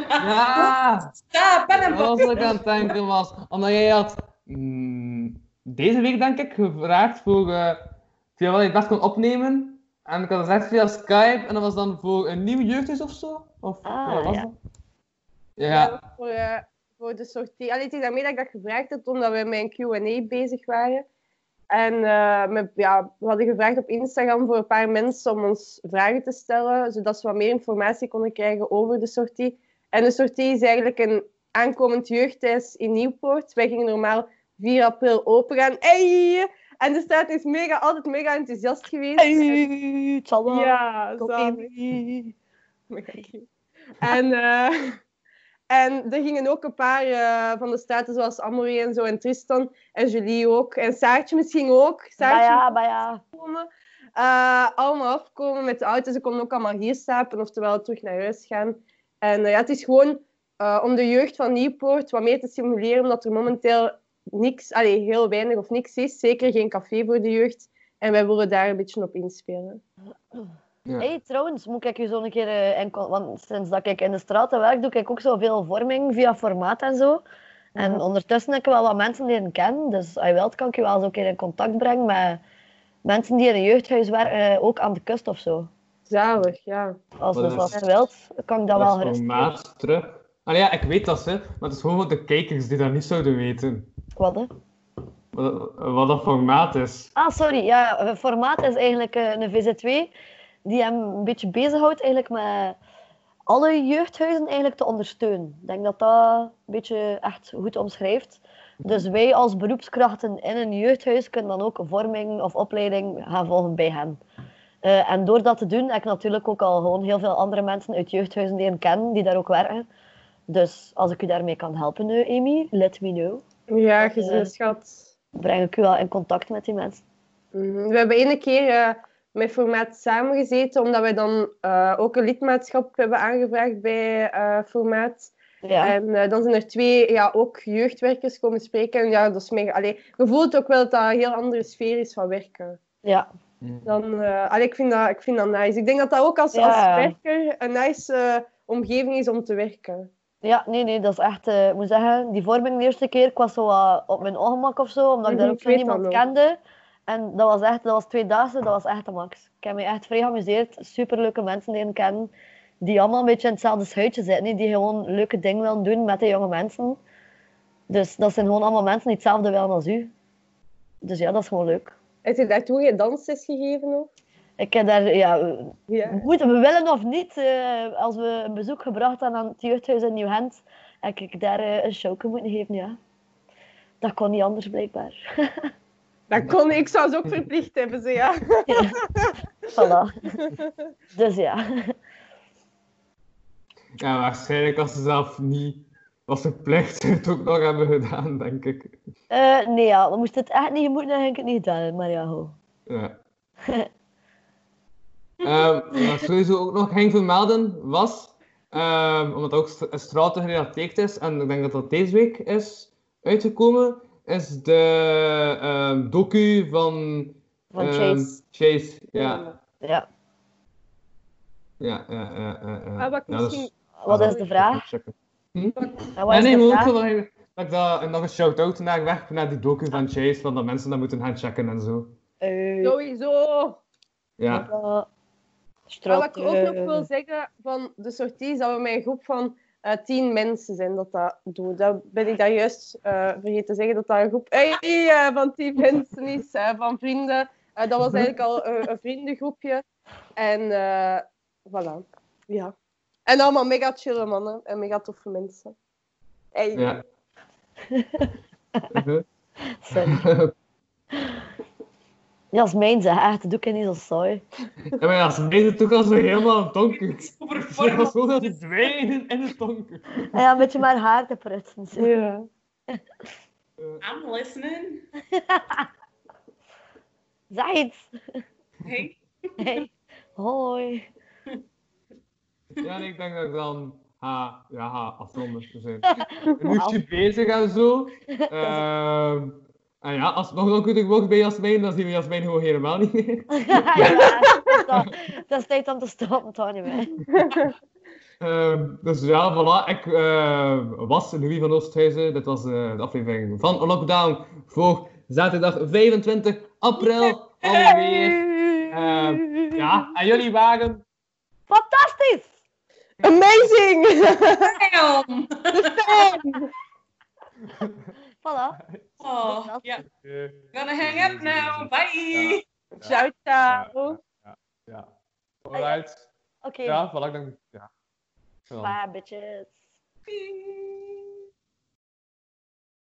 Ja! Ja, pen en Dat was wat ik aan het denken was. Omdat jij had mm, deze week, denk ik, gevraagd voor uh, via wat je het best kon opnemen. En ik had gezegd via Skype en dat was dan voor een nieuw jeugdhuis of zo? Of Ah, wat was ja. dat? Ja. Ja, voor, uh, voor de sortie. Allee, het is daarmee dat ik dat gevraagd heb, omdat we met een Q en A bezig waren. En uh, met, ja, we hadden gevraagd op Instagram voor een paar mensen om ons vragen te stellen, zodat ze wat meer informatie konden krijgen over de sortie. En de sortie is eigenlijk een aankomend jeugdhuis in Nieuwpoort. Wij gingen normaal vier april open gaan. Hey! En de staat is mega, altijd mega enthousiast geweest. Hey, het zal wel. Ja, Kom, zalig. Amy. Mega cute. En, uh, en er gingen ook een paar uh, van de staten, zoals Amory en zo, en Tristan en Julie ook. En Saartje misschien ook. Bah Saartje ja, bah ja. komen. Uh, allemaal afkomen met de auto. Ze konden ook allemaal hier slapen, oftewel terug naar huis gaan. En uh, ja, het is gewoon uh, om de jeugd van Nieuwpoort wat meer te stimuleren, omdat er momenteel niks, allee, heel weinig of niks is. Zeker geen café voor de jeugd. En wij willen daar een beetje op inspelen. Ja. Hey, trouwens, moet ik je zo een keer... Uh, in, want sinds dat ik in de straten werk, doe ik ook zoveel vorming via formaat en zo. En Ja. ondertussen heb ik wel wat mensen leren kennen. Dus als je wilt, kan ik je wel eens een keer in contact brengen met mensen die in een jeugdhuis werken, uh, ook aan de kust of zo. Zalig, ja. Als, Wat dus is- als je wilt, kan ik dat wel Dat is gerust formaat terug. Allee, ja, ik weet dat ze, maar het is gewoon voor de kijkers die dat niet zouden weten. Wat, hè? Wat, wat dat formaat is. Ah, sorry. Ja, het formaat is eigenlijk eh, een V Z twee die hem een beetje bezighoudt eigenlijk met alle jeugdhuizen eigenlijk te ondersteunen. Ik denk dat dat een beetje echt goed omschrijft. Dus wij als beroepskrachten in een jeugdhuis kunnen dan ook vorming of opleiding gaan volgen bij hen. Eh, en door dat te doen heb ik natuurlijk ook al gewoon heel veel andere mensen uit jeugdhuizen leren kennen die daar ook werken. Dus als ik u daarmee kan helpen, eh, Amy, let me know. Ja, Dat, eh, gezelschap. Breng ik u wel in contact met die mensen. Mhm. We hebben ene keer uh, met formaat samengezeten, omdat wij dan uh, ook een lidmaatschap hebben aangevraagd bij uh, formaat. Ja. En uh, dan zijn er twee ja, ook jeugdwerkers komen spreken. En ja, dat is mega... Allee, je voelt ook wel dat dat een heel andere sfeer is van werken. Ja. Dan, uh, allee, ik, vind dat, ik vind dat nice. Ik denk dat dat ook als, Ja. als werker een nice uh, omgeving is om te werken. Ja, nee, nee, dat is echt... eh, ik moet zeggen, die vorming de eerste keer, ik was zo wat op mijn ongemak of zo, omdat ik daar Mhm, ook ik zo weet niemand dat nog. kende. En dat was echt, dat was tweedaagse, dat was echt de max. Ik heb me echt vrij geamuseerd, superleuke mensen leren kennen, die allemaal een beetje in hetzelfde schuitje zitten, hè, die gewoon leuke dingen willen doen met de jonge mensen. Dus dat zijn gewoon allemaal mensen die hetzelfde willen als u. Dus ja, dat is gewoon leuk. Heb je daar toen geen dansles gegeven? Of? Ik heb daar, ja, Ja. moeten we willen of niet, eh, als we een bezoek gebracht hebben aan het jeugdhuis in Nieuw-Gent, heb ik daar eh, een showke moeten geven, ja. Dat kon niet anders, blijkbaar. Dat kon ik, zou ze ook verplicht hebben, ze, ja. Voilà. Dus ja. Ja, waarschijnlijk als ze zelf niet was verplicht het ook nog hebben gedaan, denk ik. Eh, nee, ja, dan moest het echt niet moeten, dan heb ik het niet gedaan, maar ja, ho. Ja. Ehm, wat ik sowieso ook nog ging vermelden was, ehm, omdat het ook st- straten gerelateerd is, en ik denk dat dat deze week is uitgekomen, is de ehm, docu van, Van ehm, Chase. Chase, ja. Ja. Ja, ja, ja, ja. ja. Ah, wat ik Ja, dat misschien... Wat dat is de vraag? checken. Hm? En wat Nee, is nee, de maar ook vraag? wel dat ik- dat ik dat nog een shout-out naar weg naar die docu van Chase, want dat mensen dat moeten gaan checken en zo. Eh, Sowieso. Ja. uh, Maar straat, wat ik ook nog eh, wil zeggen van de sortie, is dat we met een groep van uh, tien mensen zijn dat dat doen. Dat ben ik daar juist uh, vergeten te zeggen, dat dat een groep hey, uh, van tien mensen is, uh, van vrienden. Uh, dat was eigenlijk al een, een vriendengroepje. En uh, voilà. Ja. En allemaal mega chille mannen en mega toffe mensen. Hey. Ja. Mhm. sorry. Jasmijn zeg echt, doe ik niet zo saai. Ja, maar ja, ze weten het ook al zo helemaal in het donker. Over Ze vorm. was zo dat ze dwijnen in het donker. En ja, een beetje maar haar te prutsen. Zo. Ja. I'm listening. Zeg iets. Hey. Hey. Hoi. Ja, en ik denk dat ik dan ga, ja, ga afronden. We zijn een uurtje bezig en zo. Ehm en ja, als het nog een goede wordt bij Jasmijn, dan zien we Jasmijn gewoon helemaal niet meer. Ja, dat is- dat is tijd om te stoppen, toch niet meer. Ehm, dus ja, voilà. Ik eh, was Louis van Oosthuizen. Dit was eh, de aflevering van Lockdown voor zaterdag vijfentwintig april alweer. Ehm, ja, en jullie waren... Fantastisch! Amazing! Damn. Voilà. Oh, yeah. eh, Gonna hang up now. Bye. Ciao, ciao. ja. Alright. Oké, Ja, voilà. Ik denk... Ja. Zo. bye bitches. Bye.